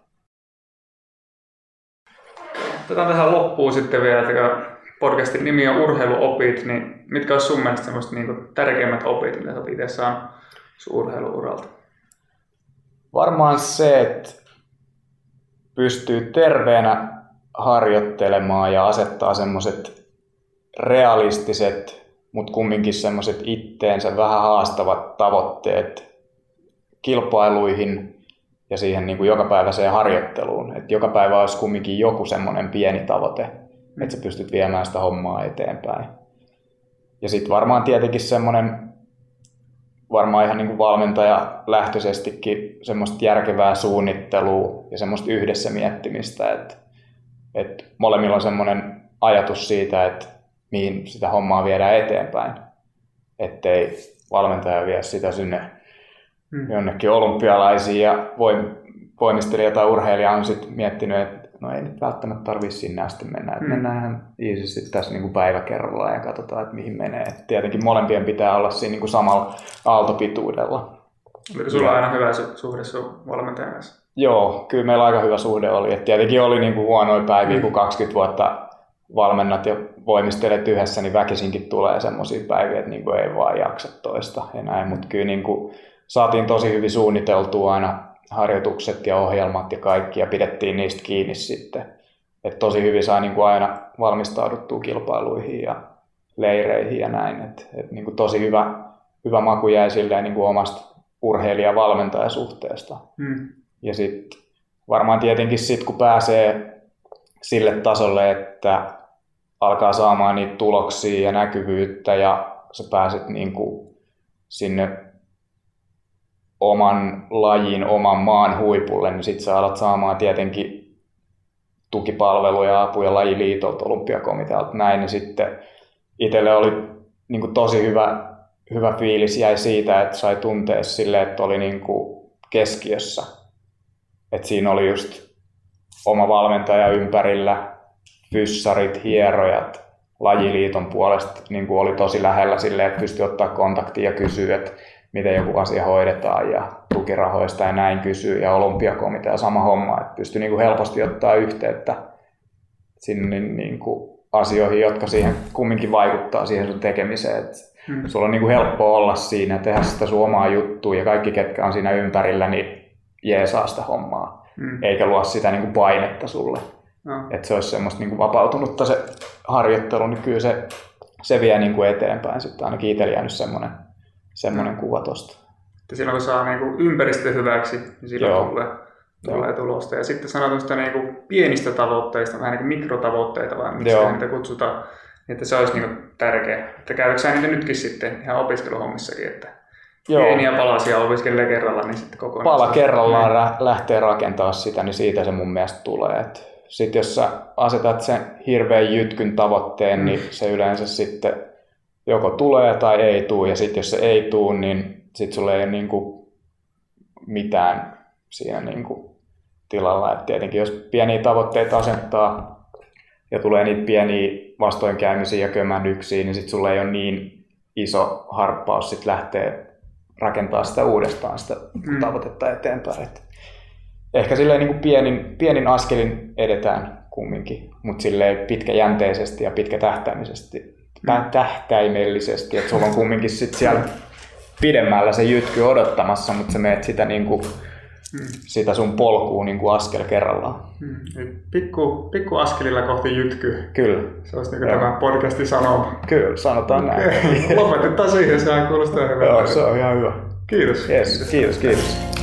Otetaan tähän loppuun sitten vielä, että podcastin nimi on Urheiluopit, niin mitkä olisi sun mielestä semmoiset niin tärkeimmät opit, mitä olet itse saanut sun urheiluuralta? Varmaan se, että pystyy terveenä harjoittelemaan ja asettaa semmoiset realistiset, mutta kumminkin semmoiset itteensä vähän haastavat tavoitteet kilpailuihin ja siihen niin kuin jokapäiväiseen harjoitteluun. Että joka päivä olisi kumminkin joku semmoinen pieni tavoite, mm. että sä pystyt viemään sitä hommaa eteenpäin. Ja sitten varmaan tietenkin semmoinen, varmaan ihan niin kuin valmentaja lähtöisestikin semmoista järkevää suunnittelua ja semmoista yhdessä miettimistä, että, että molemmilla on semmoinen ajatus siitä, että mihin sitä hommaa viedään eteenpäin. Ettei valmentaja vie sitä sinne Hmm. jonnekin olympialaisiin ja voimistelija tai urheilija on sitten miettinyt, että no ei nyt välttämättä tarvitse sinne asti mennä. Että hmm. mennään ihan iisisti tässä niin kuin päivä kerrallaan ja katsotaan, että mihin menee. Et tietenkin molempien pitää olla siinä niin kuin samalla aaltopituudella. Oliko sulla ja aina hyvä suhde sun valmentajan kanssa? Joo, kyllä meillä aika hyvä suhde oli. Et tietenkin oli niin kuin huonoja päiviä, hmm. kun kaksikymmentä vuotta valmennat ja voimistelet yhdessä, niin väkisinkin tulee semmoisia päiviä, että niin kuin ei vaan jaksa toista ja näin. Mutta kyllä niin kuin saatiin tosi hyvin suunniteltua aina harjoitukset ja ohjelmat ja kaikki ja pidettiin niistä kiinni sitten. Et tosi hyvin sai niin kuin aina valmistauduttua kilpailuihin ja leireihin ja näin. Et, et niin kuin tosi hyvä, hyvä maku jäi silleen niin kuin omasta urheilija-valmentajasuhteesta. Mm. Ja sitten varmaan tietenkin sitten kun pääsee sille tasolle, että alkaa saamaan niitä tuloksia ja näkyvyyttä ja sä pääset niin kuin sinne oman lajin, oman maan huipulle, niin sit sä alat saamaan tietenkin tukipalveluja ja apuja lajiliitolta, olympiakomitealta, näin, niin sitten itselle oli niin kuin tosi hyvä, hyvä fiilis jäi siitä, että sai tuntea silleen, että oli niin kuin keskiössä. Että siinä oli just oma valmentaja ympärillä, fyssarit, hierojat, lajiliiton puolesta niin kuin oli tosi lähellä silleen, että pystyi ottaa kontaktia ja kysyä, että miten joku asia hoidetaan ja tukirahoista ja näin kysyy ja olympiakomitea sama homma, että pystyi niin kuin helposti ottaa yhteyttä sinne niin kuin asioihin, jotka siihen kumminkin vaikuttaa siihen sun tekemiseen. Että hmm. Sulla on niin kuin helppoa olla siinä, tehdä sitä sun omaa juttua ja kaikki ketkä on siinä ympärillä, niin jeesaa sitä hommaa, hmm. eikä luo sitä niin kuin painetta sulle. No. Että se olisi semmoista niin kuin vapautunutta se harjoittelu, niin kyllä se, se vie niin kuin eteenpäin. Sitten ainakin itsellä jäänyt semmoinen, semmoinen kuva tosta. Että silloin kun saa niin kuin ympäristö hyväksi, niin silloin Joo. tulee, tulee tulosta. Ja sitten sanotaan sitä niin kuin pienistä tavoitteista, vähän niin kuin mikrotavoitteita, vai miksi niitä kutsutaan, että se olisi niin kuin tärkeä. Että käydäänkö sä niitä nytkin sitten ihan opiskeluhommissakin, että Joo. pieniä palasia opiskelee kerralla, niin sitten kokonaan. Pala kerrallaan rä- lähtee rakentamaan sitä, niin siitä se mun mielestä tulee. Sitten jos sä asetat sen hirveän jytkyn tavoitteen, mm. niin se yleensä sitten joko tulee tai ei tule. Ja sitten jos se ei tule, niin sitten sulla ei ole niinku mitään siinä niinku tilalla. Et tietenkin jos pieniä tavoitteita asettaa ja tulee niitä pieniä vastoinkäymisiä ja kömännyksiä, niin sitten sulla ei ole niin iso harppaus sit lähteä rakentaa sitä uudestaan sitä mm. tavoitetta eteenpäin. Et ehkä silleen niin kuin pienin, pienin askelin edetään kumminkin, mutta silleen pitkäjänteisesti ja pitkätähtäimisesti, mm. tähtäimellisesti, että sulla on kumminkin sit siellä pidemmällä se jytky odottamassa, mutta sä meet sitä, niin kuin, mm. sitä sun polkua niin kuin askel kerrallaan. Mm. Pikku, pikku askelilla kohti jytky. Kyllä. Se olisi niin tämä podcastin sanoma. Kyllä, sanotaan näin. Lopetetaan siihen, sehän kuulostaa hyvältä. Joo, se on ihan hyvä. Kiitos. Yes, kiitos, kiitos.